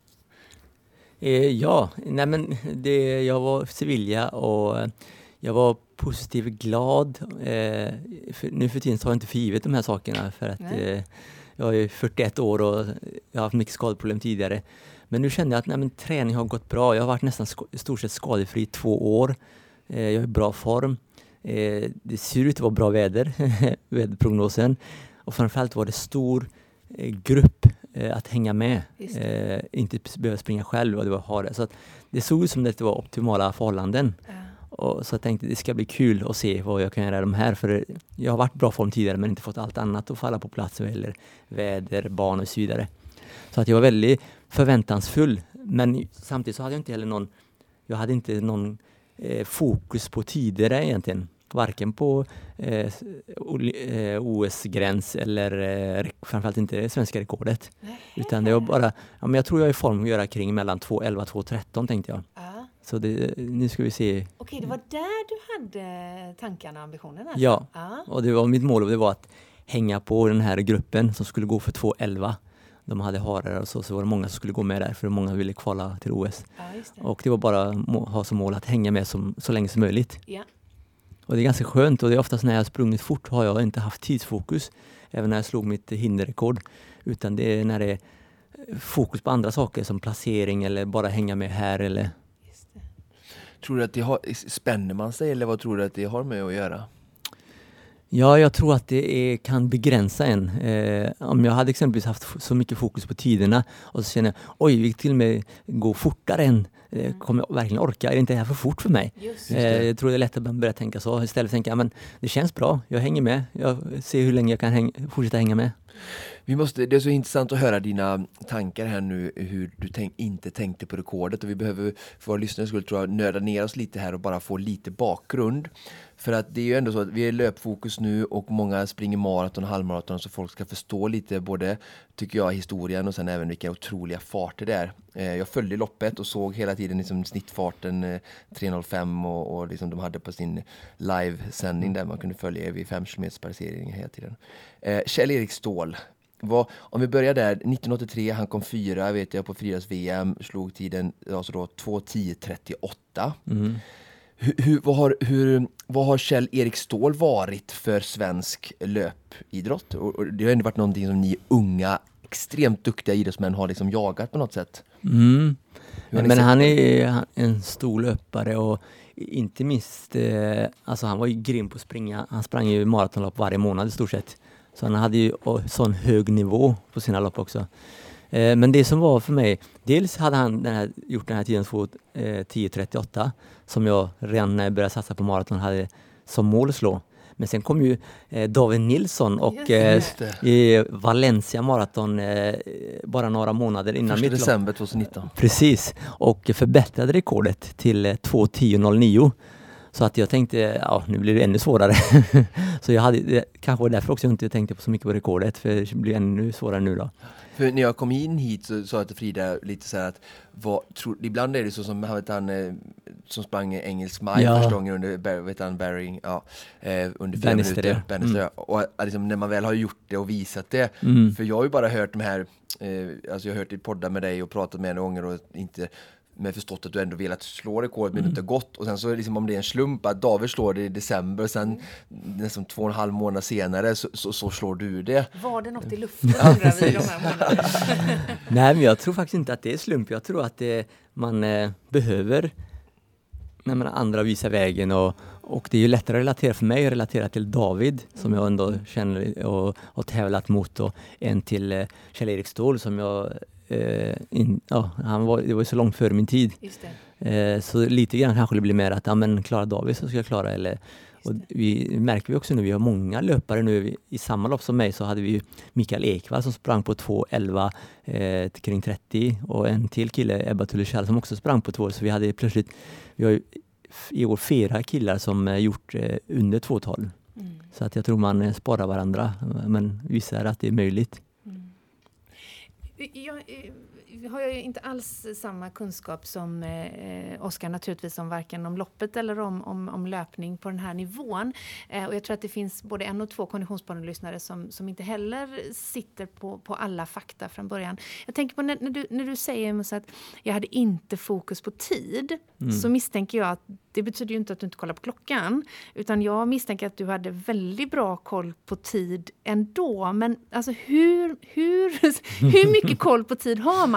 Eh, ja, nej men det, jag var i Sevilla och jag var positiv, glad. Eh, för, nu för tiden har jag inte förgivet de här sakerna för att eh, jag är fyrtioett år och jag har haft mycket skadeproblem tidigare. Men nu känner jag att nej, men, träning har gått bra. Jag har varit nästan sk- stort sett skadefri i två år. Eh, jag är i bra form. Eh, det ser ut att vara bra väder, väderprognosen. Och framförallt var det stor eh, grupp eh, att hänga med. Eh, inte behöva springa själv och det var ha det. Så att det såg ut som att det var optimala förhållanden. Ja. Och så jag tänkte det ska bli kul att se vad jag kan göra de här. För jag har varit bra form tidigare men inte fått allt annat att falla på plats. Eller väder, barn och så vidare. Så att jag var väldigt förväntansfull. Men samtidigt så hade jag inte heller någon, jag hade inte någon eh, fokus på tider egentligen. Varken på eh, O S-gräns eller eh, framförallt inte det svenska rekordet. Nej. Utan det var bara, ja, men jag tror jag är i form att göra kring mellan två elva och två tretton tänkte jag. Ja. Så det, nu ska vi se. Okej, det var där du hade tankarna och ambitionerna? Alltså. Ja, ja, och det var mitt mål, och det var att hänga på den här gruppen som skulle gå för två elva. De hade harar och så, så var det många som skulle gå med där för många ville kvala till O S. Ja, just det. Och det var bara att ha som mål att hänga med som, så länge som möjligt. Ja. Och det är ganska skönt, och det är oftast när jag har sprungit fort har jag inte haft tidsfokus. Även när jag slog mitt hinderrekord. Utan det är när det är fokus på andra saker som placering eller bara hänga med här. Eller... Just det. Tror du att det har, spänner man sig eller vad tror du att det har med att göra? Ja, jag tror att det är, kan begränsa en. Eh, om jag hade exempelvis haft så mycket fokus på tiderna och så känner jag, oj, vi till och med gå fortare än. Eh, kommer jag verkligen orka? Är det inte det här för fort för mig? Just det. Eh, jag tror det är lätt att man börjar tänka så. Istället tänka, ja, men det känns bra. Jag hänger med. Jag ser hur länge jag kan häng- fortsätta hänga med. Vi måste, det är så intressant att höra dina tankar här nu, hur du tänk, inte tänkte på rekordet, och vi behöver för våra lyssnare skulle tror jag nörda ner oss lite här och bara få lite bakgrund. För att det är ju ändå så att vi är löpfokus nu och många springer maraton och halvmaraton, så folk ska förstå lite både, tycker jag, historien och sen även vilka otroliga farter det är. Eh, jag följde loppet och såg hela tiden liksom snittfarten eh, tre noll fem och, och liksom de hade på sin livesändning där man kunde följa vid fem kilometer per serie hela tiden. Eh, Kjell-Erik Ståhl. Vad, om vi börjar där, nittonhundraåttiotre, han kom fyra vet jag på friidrotts-V M, slog tiden alltså då två tio trettioåtta. Mm. Hur, hur, vad, har, hur, vad har Kjell-Erik Ståhl varit för svensk löpidrott? Och, och det har ändå varit någonting som ni unga, extremt duktiga idrottsmän har liksom jagat på något sätt. Mm. Men han är en stor löpare och inte minst, eh, alltså han var ju grym på att springa. Han sprang ju maratonlopp varje månad i stort sett. Så han hade ju sån hög nivå på sina lopp också. Eh, men det som var för mig, dels hade han den här, gjort den här tiden på eh, tio trettioåtta som jag redan när jag började satsa på maraton hade som mål att slå. Men sen kom ju eh, David Nilsson och eh, i Valencia maraton eh, bara några månader innan mitt lopp. första december tjugonitton. Precis, och förbättrade rekordet till eh, två tio noll nio. Så att jag tänkte, ja, nu blir det ännu svårare. Så jag hade, det kanske var därför också jag inte tänkte på så mycket på rekordet, för det blir ännu svårare nu då. För när jag kom in hit så sa jag till Frida lite så här att vad, tro, ibland är det så som vet han, eh, som sprang engelsk maj ja. första gången under vet han, Barry, ja, eh, under fyra Bannister, minuter. Ja. Bannister, mm. Och liksom, när man väl har gjort det och visat det, mm. för jag har ju bara hört de här, eh, alltså jag har hört i poddar med dig och pratat med några gånger och inte med förstått att du ändå velat slå rekord men mm. inte gått, och sen så liksom om det är en slump att David slår det i december och sen mm. nästan två och en halv månad senare så, så, så slår du det. Var det något i luften undrar vi de här månaderna? Nej, men jag tror faktiskt inte att det är slump. Jag tror att det, man eh, behöver när man andra visar vägen, och, och det är ju lättare att relatera för mig att relatera till David mm. som jag ändå känner och har tävlat mot, och än till eh, Kjell-Erik Ståhl som jag Uh, in, ja, han var, det var ju så långt före min tid. Just det. Uh, så lite grann kanske det blir mer att ja, men Klara David så ska jag klara. Eller, och vi märker vi också nu, vi har många löpare nu. I samma lopp som mig så hade vi ju Mikael Ekvall som sprang på två elva eh, kring trettio, och en till kille, Ebba Tulleschall, som också sprang på två. Så vi hade plötsligt, vi har ju i år flera killar som eh, gjort eh, under två tolv. Mm. Så att jag tror man eh, sparar varandra, men visar att det är möjligt. Jag, jag har ju inte alls samma kunskap som eh, Oskar naturligtvis om varken om loppet eller om, om, om löpning på den här nivån. Eh, och jag tror att det finns både en och två konditionspodden-lyssnare som, som inte heller sitter på, på alla fakta från början. Jag tänker på när, när, du, när du säger så att jag hade inte fokus på tid, mm. så misstänker jag att det betyder ju inte att du inte kollar på klockan, utan jag misstänker att du hade väldigt bra koll på tid ändå. Men alltså hur, hur, hur mycket koll på tid har man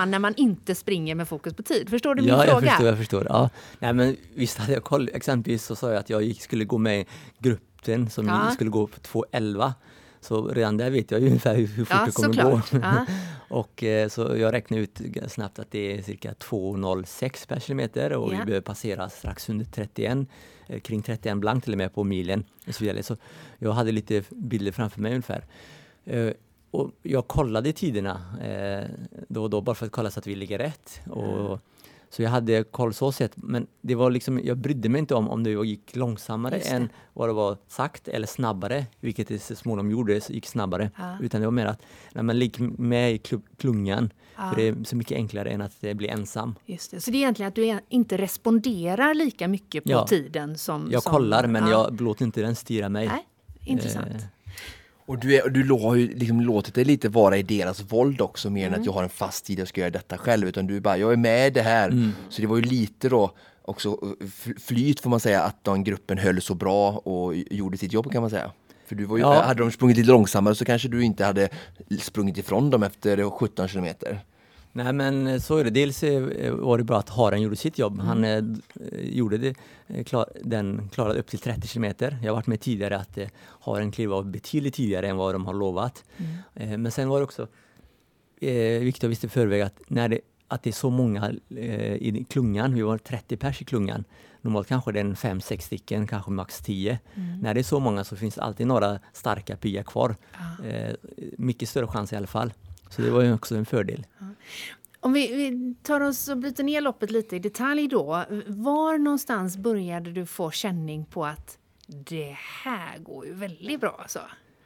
man när man inte springer med fokus på tid? Förstår du min ja, fråga? Ja, jag förstår, jag förstår. Ja. Nej, men visst hade jag koll. Exempelvis så sa jag att jag gick, skulle gå med i gruppen som ja. skulle gå på två elva. Så redan där vet jag ju ungefär hur, hur fort ja, det kommer såklart. gå. Ja. och eh, så jag räknade ut snabbt att det är cirka två komma noll sex per kilometer och ja. vi behöver passera strax under trettioen, eh, kring trettioen blank till och med på milen och så vidare. Så jag hade lite bilder framför mig ungefär. Eh, och jag kollade tiderna eh, då och då bara för att kolla så att vi ligger rätt. Och, mm. Så jag hade koll så sett, men det var liksom, jag brydde mig inte om om det gick långsammare än vad det var sagt eller snabbare, vilket det så småningom gjorde, så gick snabbare. Ja. Utan det var mer att när man ligger med i klungan, ja. För det är så mycket enklare än att bli ensam. Just det. Så det är egentligen att du inte responderar lika mycket på ja. tiden som... Jag som, kollar, men ja. jag låter inte den styra mig. Nej, intressant. Eh. Och du, är, du har ju liksom låtit det lite vara i deras våld också, mer mm. än att jag har en fast tid och ska göra detta själv, utan du bara, jag är med i det här. Mm. Så det var ju lite då också flyt får man säga, att den gruppen höll så bra och gjorde sitt jobb kan man säga. För du var ju, ja. hade de sprungit lite långsammare så kanske du inte hade sprungit ifrån dem efter sjutton kilometer. Nej, men så är det. Dels var det bra att Haren gjorde sitt jobb. Han eh, gjorde det, klar, den klarade upp till trettio kilometer. Jag har varit med tidigare att eh, Haren klev av betydligt tidigare än vad de har lovat. Mm. Eh, men sen var det också eh, viktigt att visste i förväg att, när det, att det är så många eh, i klungan, vi var trettio pers i klungan. Normalt kanske det är en fem sex stycken, kanske max tio. Mm. När det är så många så finns det alltid några starka piggar kvar. Ah. Eh, mycket större chans i alla fall. Så det var ju också en fördel. Ja. Om vi, vi tar oss och bryter ner loppet lite i detalj då. Var någonstans började du få känning på att det här går ju väldigt bra alltså?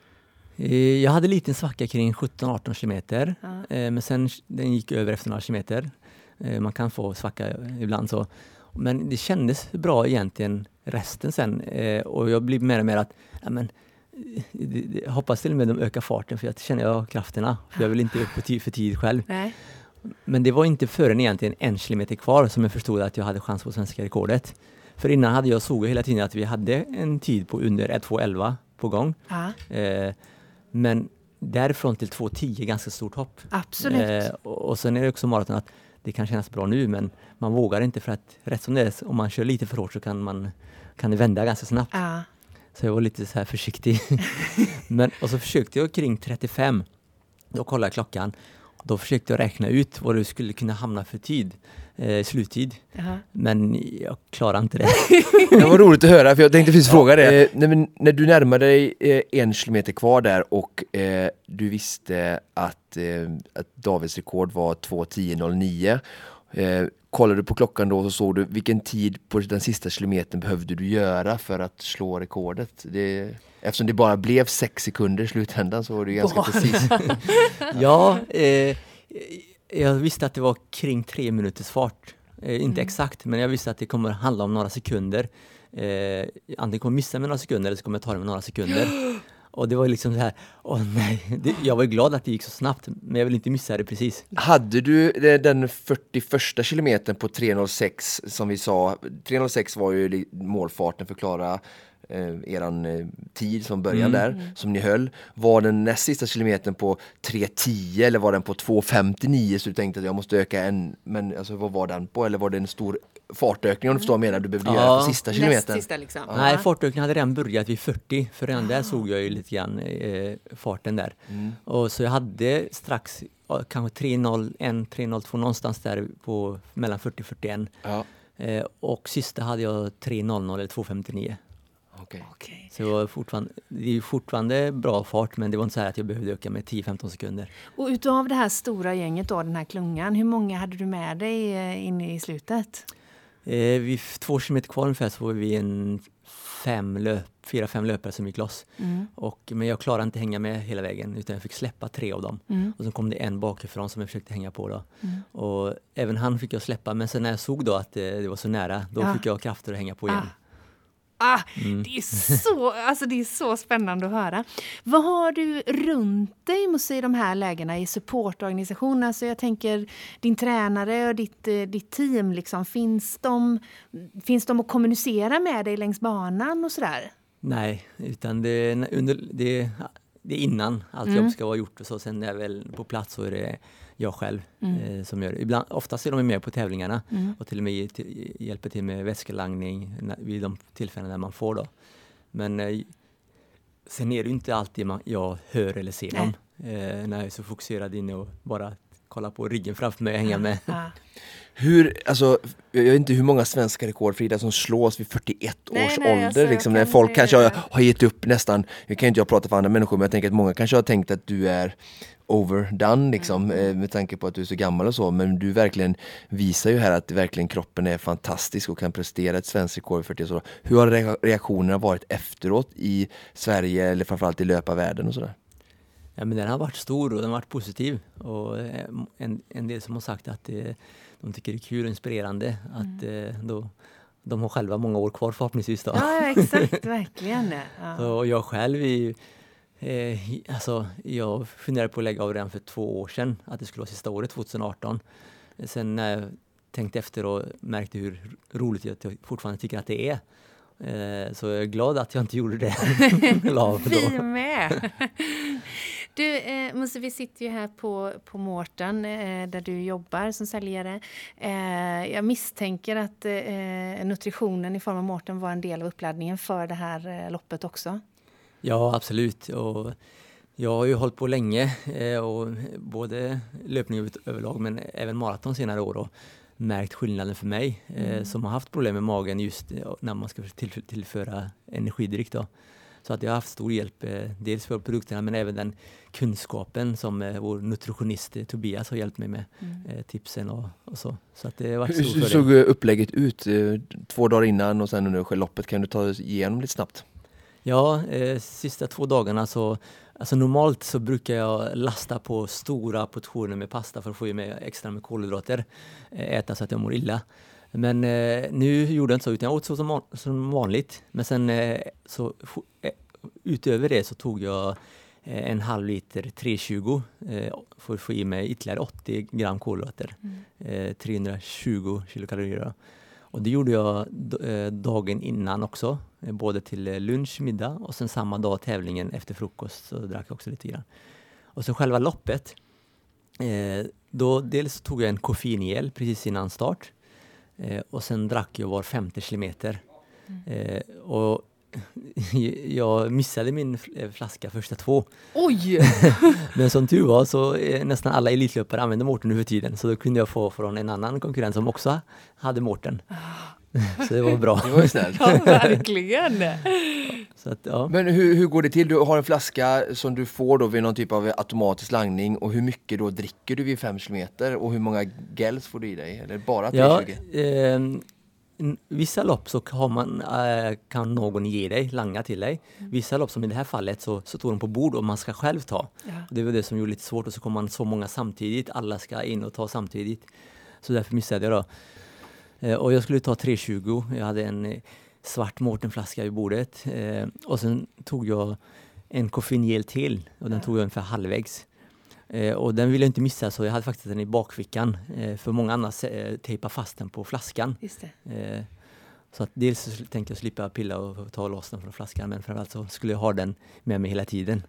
Jag hade en liten svacka kring sjutton arton kilometer. Ja. Men sen den gick över efter några kilometer. Man kan få svacka ibland så. Men det kändes bra egentligen resten sen. Och jag blev mer och mer att... Ja, men, jag hoppas till och med de ökar farten för jag känner jag krafterna. För jag vill inte upp på tid för tid själv. Nej. Men det var inte förrän egentligen en kilometer kvar som jag förstod att jag hade chans på svenska rekordet. För innan hade jag såg hela tiden att vi hade en tid på under ett två elva på gång. Eh, men därifrån till två tio ganska stort hopp. Absolut. Eh, och, och sen är det också maraton att det kan kännas bra nu men man vågar inte för att rätt som det är, om man kör lite för hårt så kan man kan det vända ganska snabbt. Ja. Så jag var lite så här försiktig. Men, och så försökte jag kring trettiofem. Då kollade jag klockan. Då försökte jag räkna ut vad du skulle kunna hamna för tid. Eh, sluttid. Uh-huh. Men jag klarade inte det. Det var roligt att höra för jag tänkte precis fråga det. Eh, när, när du närmade dig eh, en kilometer kvar där och eh, du visste att, eh, att Davids rekord var två tio noll nio. Eh, kollade du på klockan då och så såg du vilken tid på den sista kilometern behövde du göra för att slå rekordet. Det, eftersom det bara blev sex sekunder i slutändan så var det ganska oh. precis. ja, eh, jag visste att det var kring tre minuters fart. Eh, inte mm. exakt, men jag visste att det kommer handla om några sekunder. Eh, antingen kommer jag missa med några sekunder eller så kommer jag ta det med några sekunder. Och det var liksom så här, åh nej, det, jag var glad att det gick så snabbt, men jag vill inte missa det precis. Hade du den fyrtioförsta kilometern på tre noll sex som vi sa, tre noll sex var ju målfarten för Klara, eh, eran eh, tid som början mm. där, som ni höll. Var den näst sista kilometern på tre tio eller var den på två femtionio så du tänkte att jag måste öka en, men alltså vad var den på? Eller var det en stor fartökning om du förstår vad jag menar, du behövde ja. göra på sista kilometern. Sista, liksom. ja. Nej, fartökningen hade redan börjat vid fyrtio, för redan ah. där såg jag ju lite grann eh, farten där. Mm. Och så jag hade strax kanske tre noll ett, tre noll två någonstans där på mellan fyrtio och fyrtioen. Ja. Eh, och sista hade jag tre noll noll eller två femtionio. Okay. Okay. Så det, var fortfarande, det är ju fortfarande bra fart, men det var inte så här att jag behövde öka med tio femton sekunder. Och utav det här stora gänget då, den här klungan, hur många hade du med dig in i slutet? Eh, vid två kilometer kvar ungefär så var vi en fem löp, fyra, fem löpare som gick loss. Mm. Och, men jag klarade inte hänga med hela vägen utan jag fick släppa tre av dem. Mm. Och så kom det en bakifrån som jag försökte hänga på då. Mm. Och även han fick jag släppa, men sen när jag såg då att det, det var så nära, då ja. fick jag krafter att hänga på igen. Ah. Ah, mm. det, är så, alltså det är så spännande att höra. Vad har du runt dig måste i de här lägena i supportorganisationen? Alltså jag tänker din tränare och ditt, ditt team, liksom, finns, de, finns de att kommunicera med dig längs banan och sådär? Nej, utan det, under, det, det är innan allt Mm. jobb ska vara gjort och så. Sen är jag väl på plats så är det jag själv Mm. eh, som gör det. Ibland, oftast är de med på tävlingarna Mm. och till och med till, hjälper till med vätskelagning när, vid de tillfällen där man får då. Men eh, sen är det ju inte alltid man, jag hör eller ser dem. Eh, när jag är så fokuserad inne och bara kolla på riggen framför mig och hänga med. Ja. Hur, alltså, jag vet inte hur många svenska rekord, Frida, som slås vid fyrtioett Nej, års nej, ålder. alltså, liksom, jag när kan- folk kanske har, jag- har gett upp nästan, jag kan inte jag prata för andra människor, men jag tänker att många kanske har tänkt att du är overdone liksom, Mm. eh, med tanke på att du är så gammal och så, men du verkligen visar ju här att verkligen kroppen är fantastisk och kan prestera ett svenskt rekord vid fyrtio år. Hur har re- reaktionerna varit efteråt i Sverige eller framförallt i löparvärlden och sådär? Ja, men den har varit stor och den har varit positiv. Och eh, en, en del som har sagt att eh, de tycker det är kul och inspirerande. Att eh, då, de har själva många år kvar förhoppningsvis då. Ja, exakt, verkligen. Ja. Så, och jag själv är ju, eh, alltså, jag funderade på att lägga av redan för två år sedan. Att det skulle vara sista året, tjugoarton. Sen när jag tänkte efter och märkte hur roligt jag ty- fortfarande tycker att det är. Eh, så jag är glad att jag inte gjorde det. La av då. Vi med! Du, eh, Musse, vi sitter ju här på, på Mårten eh, där du jobbar som säljare. Eh, jag misstänker att eh, nutritionen i form av Mårten var en del av uppladdningen för det här eh, loppet också. Ja, absolut. Och jag har ju hållit på länge, eh, och både löpning över- överlag men även maraton senare år och märkt skillnaden för mig eh, Mm. som har haft problem med magen just eh, när man ska till, tillföra energidryck då. Så att jag har haft stor hjälp, eh, dels för produkterna men även den kunskapen som eh, vår nutritionist eh, Tobias har hjälpt mig med, Mm. eh, tipsen och, och så. Så att det har varit Hur, stor hur fördel. såg upplägget ut eh, två dagar innan och sen under själva loppet? Kan du ta oss igenom lite snabbt? Ja, eh, sista två dagarna så, alltså normalt så brukar jag lasta på stora portioner med pasta för att få i mig extra med kolhydrater, eh, äta så att jag mår illa. Men eh, nu gjorde jag inte så, utan jag åt så som, van- som vanligt. Men sen eh, så fo- eh, utöver det så tog jag eh, en halv liter tre tjugo eh, för att få i mig ytterligare åttio gram kolhydrater, eh, trehundratjugo kilokalorier. då. Och det gjorde jag d- eh, dagen innan också, eh, både till eh, lunch, middag och sen samma dag tävlingen efter frukost så drack jag också lite grann. Och så själva loppet, eh, då dels tog jag en koffeingel precis innan start eh, och sen drack jag var femte kilometer. Eh, och jag missade min fl- flaska första två. Oj! Men som tur var så eh, nästan alla elitlöpare använder Mårten nu för tiden. Så då kunde jag få från en annan konkurrent som också hade Mårten. Så det var bra. Det var ju snällt. Ja, verkligen! Så att, ja. Men hur, hur går det till? Du har en flaska som du får då vid någon typ av automatisk langning, och hur mycket då dricker du vid fem kilometer och hur många gels får du i dig? Eller bara Ja, tre tjugo? eh, n- vissa lopp så har man, eh, kan någon ge dig, langa till dig. Vissa lopp som i det här fallet så, så står de på bord och man ska själv ta. Ja. Det var det som gjorde lite svårt, och så kommer man så många samtidigt. Alla ska in och ta samtidigt. Så därför missade jag då. Eh, och jag skulle ta tre tjugo. Jag hade en eh, svart Mårtenflaska vid bordet. Eh, och sen tog jag en koffeingel till och den tog jag ungefär halvvägs. Eh, och den ville jag inte missa, så jag hade faktiskt den i bakfickan. Eh, för många annars eh, tejpa fast den på flaskan. Just det. Eh, så att dels så tänkte jag slippa pilla och ta loss den från flaskan, men framförallt så skulle jag ha den med mig hela tiden.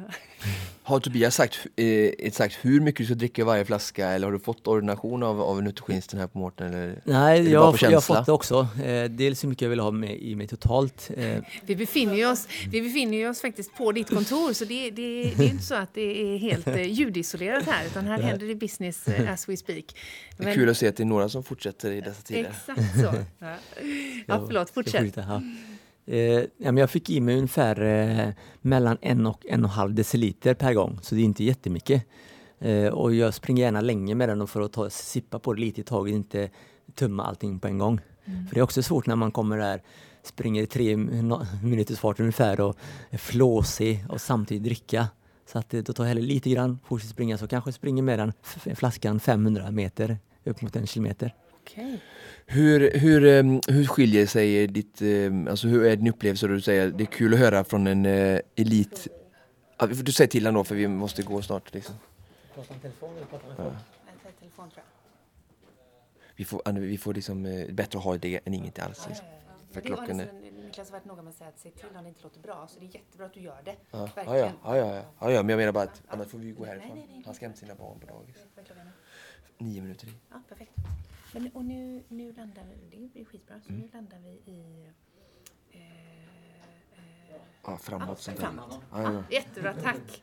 Har Tobias sagt, eh, sagt hur mycket du ska dricka i varje flaska, eller har du fått ordination av, av nutritionisten här på Mårten? Eller? Nej, det jag, bara har- på jag har känsla? fått det också. Eh, dels hur mycket jag vill ha med, i mig totalt. Eh, Vi befinner ju oss, vi befinner ju oss faktiskt på ditt kontor, så det, det, det är inte så att det är helt eh, ljudisolerat här, utan här händer det business eh, as we speak. Det är kul att se att det är några som fortsätter i dessa tider. Exakt så. Ja, ja förlåt, ska fortsätt. fortsätta, ja. Eh, ja, men jag fick i mig ungefär eh, mellan en och en och en halv deciliter per gång, så det är inte jättemycket. Eh, och jag springer gärna länge med den för att ta, sippa på det lite i taget, inte tömma allting på en gång. Mm. För det är också svårt när man kommer där, springer i tre no- minuters fart ungefär och är flåsig och samtidigt dricka. Så att eh, då tar jag hellre lite grann, fortsätter springa, så kanske springer med den f- flaskan femhundra meter upp mot en kilometer. Okej. Hur, hur, eh, hur skiljer sig ditt, eh, alltså hur är din upplevelse? Du säger, det är kul att höra från en eh, elit. Ja, du säger till honom då, för vi måste gå snart. Liksom. Prata om telefon eller prata med Ja. Telefon, tror jag. Vi får, Anne, vi får liksom, eh, bättre att ha det än inget alls. Liksom. För Det var klockan är... alltså en verkligen så varit noga med att säga att se till om det inte låter bra. Så det är jättebra att du gör det. Ja, ja, ja, ja, ja, ja, ja, men jag menar bara att annars får vi gå härifrån. Nej, nej, nej, Han ska hämta sina barn på dagis. Nio minuter i. Ja, perfekt. Men, och nu, nu landar vi, det blir skitbra, så mm. nu landar vi i... Eh, eh, ja, framåt. Ja, framåt. Ja, ja. Ja, jättebra, tack.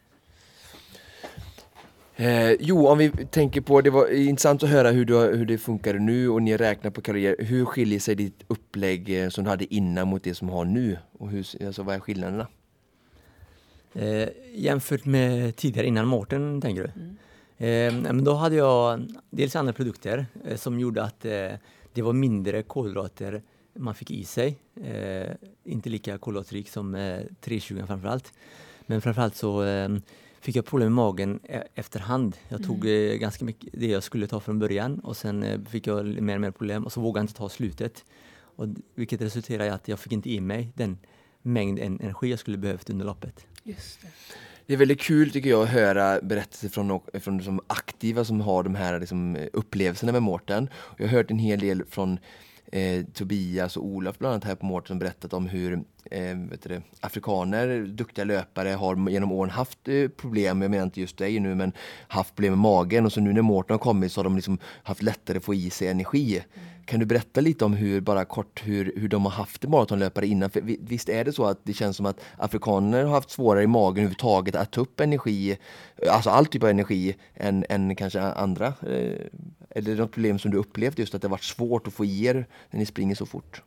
Eh, jo, om vi tänker på, det var intressant att höra hur, du, hur det funkar nu och ni räknar på kalorier. Hur skiljer sig ditt upplägg eh, som du hade innan mot det som har nu? Och hur, alltså, vad är skillnaderna? Eh, jämfört med tidigare innan Mårten, tänker du? Mm. Eh, men då hade jag dels andra produkter eh, som gjorde att eh, det var mindre kolhydrater man fick i sig. Eh, inte lika kolhydratrik som eh, tre tjugo framförallt. Men framförallt så eh, fick jag problem med magen e- efterhand. Jag tog mm. eh, ganska mycket det jag skulle ta från början och sen eh, fick jag mer och mer problem och så vågade jag inte ta slutet. Och, vilket resulterade i att jag fick inte i mig den mängd energi jag skulle behövt under loppet. Just det. Det är väldigt kul tycker jag att höra berättelser från, från de aktiva som har de här liksom, upplevelserna med Mårten. Jag har hört en hel del från eh, Tobias och Olof bland annat här på Mårten som berättat om hur eh, vet du, afrikaner, duktiga löpare har genom åren haft eh, problem, jag menar inte just dig nu, men haft problem med magen och så nu när Mårten har kommit så har de liksom haft lättare att få i sig energi. Mm. Kan du berätta lite om hur, bara kort, hur, hur de har haft det maratonlöpare innan? För visst är det så att det känns som att afrikaner har haft svårare i magen överhuvudtaget att ta upp energi, alltså all typ av energi, än, än kanske andra? Är det något problem som du upplevt just att det har varit svårt att få i er när ni springer så fort?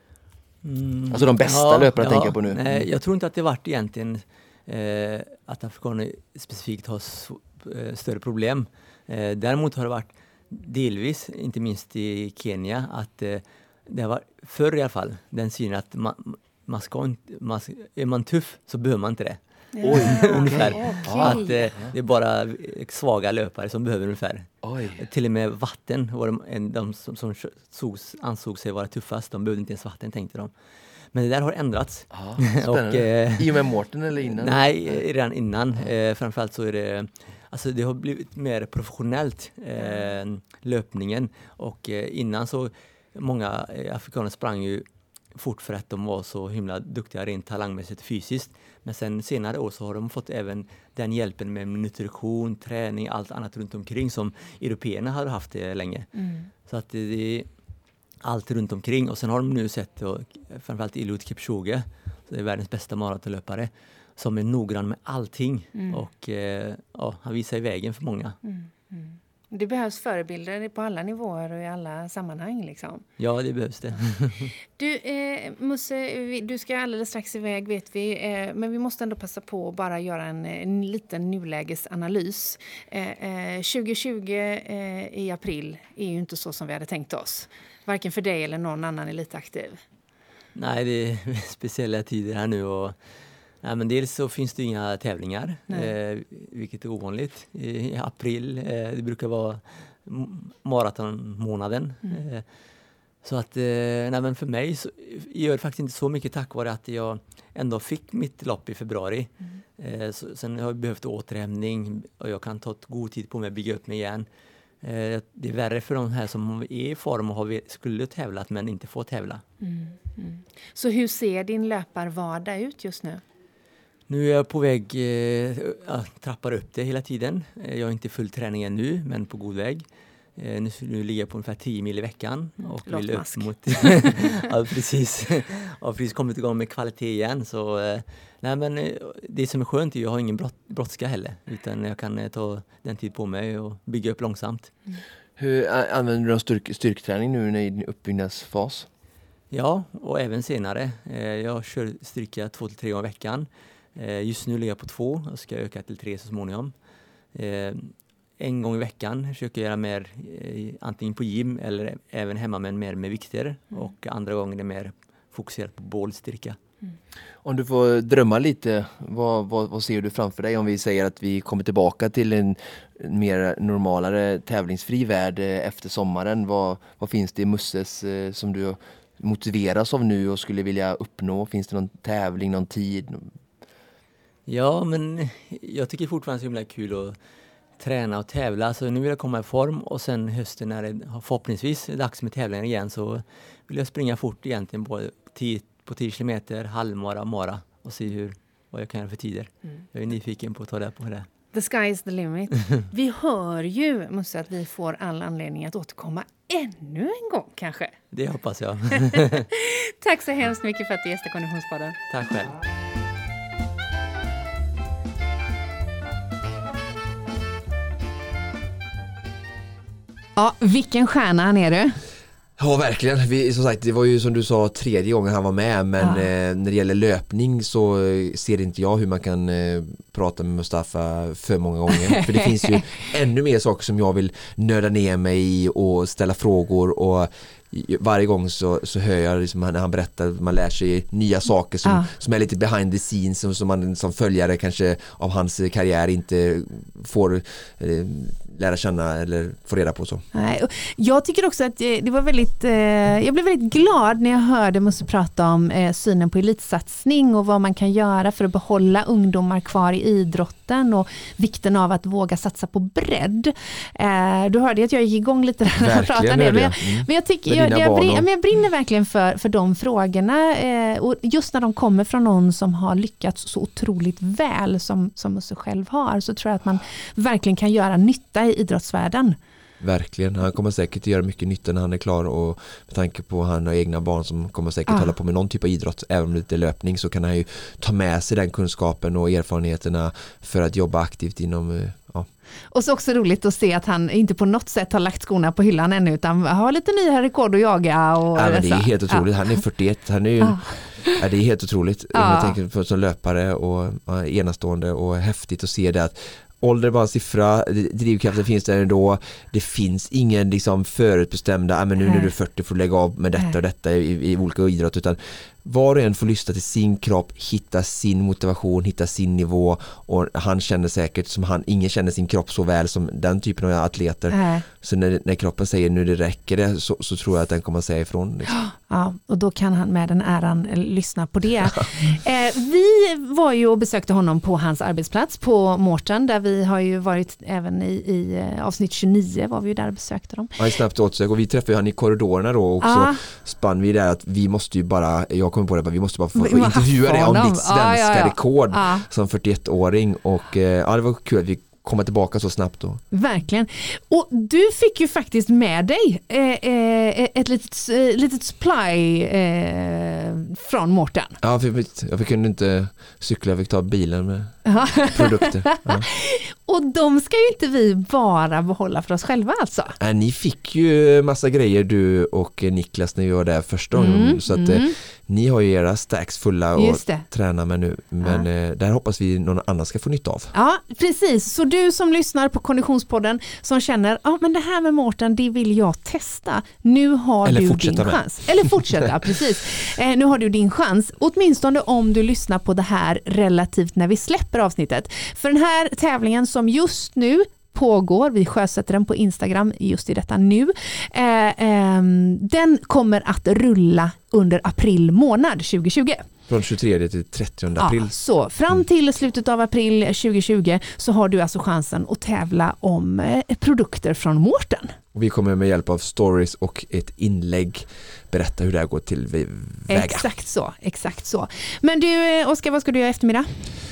Mm, alltså de bästa ja, löpare ja, tänker jag på nu. Nej, jag tror inte att det varit egentligen eh, att afrikaner specifikt har s- eh, större problem. Eh, däremot har det varit delvis, inte minst i Kenya, att eh, det var förr i alla fall den synen att man, man ska inte, man, är man tuff så behöver man inte det. Oj, ungefär. Okay. Att eh, det är bara svaga löpare som behöver ungefär. Oj. Till och med vatten var de, en, de som, som sågs, ansåg sig vara tuffast, de behövde inte ens vatten, tänkte de. Men det där har ändrats. Aha, och, eh, I och med Mårten eller innan? Nej, redan innan. Eh, framförallt så är det Alltså det har blivit mer professionellt, eh, löpningen. Och eh, innan så, många eh, afrikaner sprang ju fort för att de var så himla duktiga rent talangmässigt fysiskt. Men sen senare år så har de fått även den hjälpen med nutrition, träning, allt annat runt omkring som européerna har haft det länge. Mm. Så att det, det är allt runt omkring. Och sen har de nu sett, och, framförallt Eliud Kipchoge, så det är världens bästa maratonlöpare, som är noggrann med allting mm. och eh, ja, han visar i vägen för många. Mm. Mm. Det behövs förebilder på alla nivåer och i alla sammanhang liksom. Ja, det behövs det. Du, eh, Musse, du ska alldeles strax iväg vet vi, eh, men vi måste ändå passa på att bara göra en, en liten nulägesanalys. Eh, eh, tjugo tjugo eh, i april är ju inte så som vi hade tänkt oss. Varken för dig eller någon annan elitaktiv. Nej, det är speciella tider här nu och ja, men dels så finns det inga tävlingar, eh, vilket är ovanligt. I april, eh, det brukar vara maratonmånaden. Mm. Eh, så att, eh, nej, men för mig så, gör det faktiskt inte så mycket tack vare att jag ändå fick mitt lopp i februari. Mm. Eh, så, sen har jag behövt återhämtning och jag kan ta ett god tid på mig att bygga upp mig igen. Eh, det är värre för de här som är i form och har, skulle tävlat men inte får tävla. Mm. Mm. Så hur ser din löparvardag ut just nu? Nu är jag på väg, eh, jag trappar upp det hela tiden. Jag har inte full träning ännu, men på god väg. Eh, nu, nu ligger jag på ungefär tio mil i veckan. Och mm, vill upp mot... ja, precis. Jag har precis kommit igång med kvalitet igen. Så, eh, nej, men, eh, det som är skönt är att jag har ingen brott, brottska heller. Utan jag kan eh, ta den tid på mig och bygga upp långsamt. Mm. Hur använder du styrk, styrkträning nu i din uppbyggnadsfas? Ja, och även senare. Eh, jag kör styrka två till tre gånger i veckan. Just nu ligger jag på två och ska öka till tre så småningom. Eh, en gång i veckan försöker jag göra mer eh, antingen på gym eller även hemma men mer med vikter. Mm. Och andra gånger är mer fokuserat på bålstyrka. Mm. Om du får drömma lite, vad, vad, vad ser du framför dig om vi säger att vi kommer tillbaka till en mer normalare tävlingsfri värld efter sommaren? Vad, vad finns det i Musses eh, som du motiveras av nu och skulle vilja uppnå? Finns det någon tävling, någon tid? Ja, men jag tycker fortfarande det är så himla kul att träna och tävla. Så nu vill jag komma i form och sen hösten när det förhoppningsvis är dags med tävlingar igen så vill jag springa fort egentligen både på tio kilometer, halvmara, mara och se hur, vad jag kan göra för tider. Mm. Jag är nyfiken på att ta det på det. The sky is the limit. Vi hör ju, Musse, att vi får all anledning att återkomma ännu en gång kanske. Det hoppas jag. Tack så hemskt mycket för att du gästade Konditionspodden. Tack själv. Ja, vilken stjärna han är du. Ja, verkligen. Vi, som sagt, det var ju som du sa tredje gången han var med, men ja. eh, när det gäller löpning så ser inte jag hur man kan eh, prata med Mustafa för många gånger. För det finns ju ännu mer saker som jag vill nörda ner mig i och ställa frågor, och varje gång så, så hör jag liksom när han berättar, man lär sig nya saker som, ja. som är lite behind the scenes, som, som man som följare kanske av hans karriär inte får eh, lära känna eller få reda på. Så. Nej, jag tycker också att det var väldigt eh, jag blev väldigt glad när jag hörde Musse prata om eh, synen på elitsatsning och vad man kan göra för att behålla ungdomar kvar i idrotten och vikten av att våga satsa på bredd. Eh, du hörde att jag gick igång lite när jag pratade det, men jag, mm. men jag tycker jag, jag, brinner, men jag brinner verkligen för, för de frågorna eh, och just när de kommer från någon som har lyckats så otroligt väl som, som Musse själv har, så tror jag att man verkligen kan göra nytta i idrottsvärlden. Verkligen, han kommer säkert göra mycket nytta när han är klar, och med tanke på att han har egna barn som kommer säkert ah. hålla på med någon typ av idrott, även om det inte är löpning, så kan han ju ta med sig den kunskapen och erfarenheterna för att jobba aktivt inom, ja. Och så också roligt att se att han inte på något sätt har lagt skorna på hyllan ännu, utan har lite nya rekord att jaga. Och ja, men det är helt otroligt, ja. Han är fyrtioett, han är ju ah. Ja, det är helt otroligt. Ja. Jag tänker på som löpare och ja, enastående och häftigt att se det att ålder är bara en siffra, drivkraften finns där ändå. Det finns ingen liksom förutbestämda, ah, men nu när du är fyrtio får du lägga av med detta och detta i, i olika idrott, utan var och en får lyssna till sin kropp, hitta sin motivation, hitta sin nivå, och han känner säkert som han, ingen känner sin kropp så väl som den typen av atleter. Äh. Så när, när kroppen säger nu det räcker det, så, så tror jag att den kommer att säga ifrån. Liksom. Ja, och då kan han med den äran lyssna på det. eh, vi var ju och besökte honom på hans arbetsplats på Mårten, där vi har ju varit även i, i avsnitt tjugonio var vi ju där och besökte dem. Ja, snabbt åtsök, och vi träffade han i korridorerna då, och ah. så spann vi där att vi måste ju bara, jag kommer på det, vi måste bara få, få intervjua det om ditt svenska ah, ja, ja. rekord ah. som fyrtioett-åring, och ja, det var kul att vi komma tillbaka så snabbt då. Verkligen. Och du fick ju faktiskt med dig eh, eh, ett litet, eh, litet supply eh, från Mårten. Ja, för jag fick inte cykla, jag fick ta bilen med produkter. Ja. Och de ska ju inte vi bara behålla för oss själva alltså. Äh, ni fick ju massa grejer, du och Niklas, när vi var där första gången. Mm, så att mm. eh, ni har ju era stacks fulla och träna med nu. Men ja. eh, där hoppas vi någon annan ska få nytta av. Ja, precis. Så du som lyssnar på Konditionspodden som känner, ja men det här med Mårten, det vill jag testa. Nu har Eller du din med. chans. Eller fortsätta, precis. Eh, nu har du din chans. Åtminstone om du lyssnar på det här relativt när vi släpper avsnittet. För den här tävlingen som just nu pågår, vi sjösätter den på Instagram just i detta nu, eh, eh, den kommer att rulla under april månad tjugohundratjugo. Från tjugotredje till trettionde april. Ja, så fram till slutet av april tjugohundratjugo så har du alltså chansen att tävla om eh, produkter från Mårten. Och vi kommer med hjälp av stories och ett inlägg berätta hur det här går till väga. Exakt så, exakt så. Men du, Oskar, vad ska du göra eftermiddag?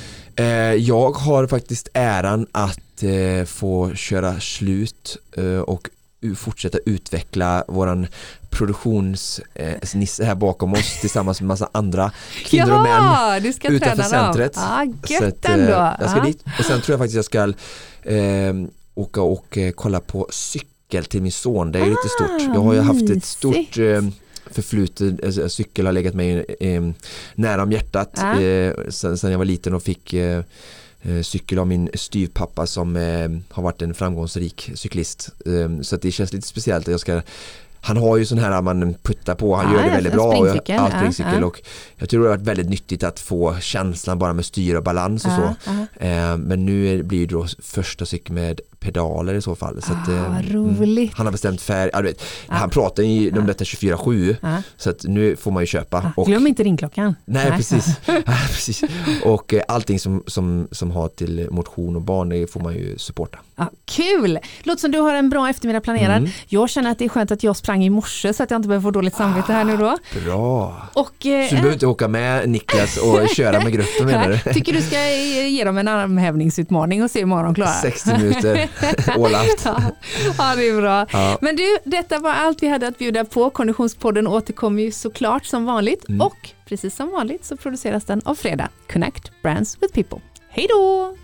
Jag har faktiskt äran att få köra slut och fortsätta utveckla våran produktionsnisse här bakom oss tillsammans med massa andra kvinnor ja, och män du ska utanför centret. Ah, så att, jag ska dit. Och sen tror jag faktiskt jag ska eh, åka och kolla på cykel till min son. Det är ah, lite stort. Jag har ju haft ett stort eh, förflutet, alltså, cykel har legat mig eh, nära om hjärtat ah. eh, sen, sen jag var liten och fick eh, cykel av min styvpappa som eh, har varit en framgångsrik cyklist. Eh, så att det känns lite speciellt att jag ska. Han har ju sån här man puttar på, han ah, gör det väldigt bra och ja, springcykel ah, och jag tror det har varit väldigt nyttigt att få känslan bara med styr och balans och ah, så. Ah. Eh, men nu blir det då första cykel med pedaler i så fall. Så att, ah, eh, roligt. Han har bestämt färg. Ja, du vet, ah. Han pratar ju om detta tjugofyra sju ah. så att nu får man ju köpa. Ah. Och, glöm inte ringklockan. Nej, nej. Precis. ja, precis. Och eh, allting som, som, som har till motion och barn, det får man ju supporta. Ah, kul! Låt som du har en bra eftermiddag planerad. Mm. Jag känner att det är skönt att jag sprang i morse så att jag inte behöver få dåligt samvete här nu då. Bra! Och, eh, så du behöver inte åka med Niklas och köra med gruppen, menar du? Tycker du ska ge dem en armhävningsutmaning och se imorgon de klarar. sextio minuter ålagt. ja. ja, det är bra. Ja. Men du, detta var allt vi hade att bjuda på. Konditionspodden återkommer ju såklart som vanligt. Mm. Och precis som vanligt så produceras den av Fredag. Connect Brands with People. Hej då!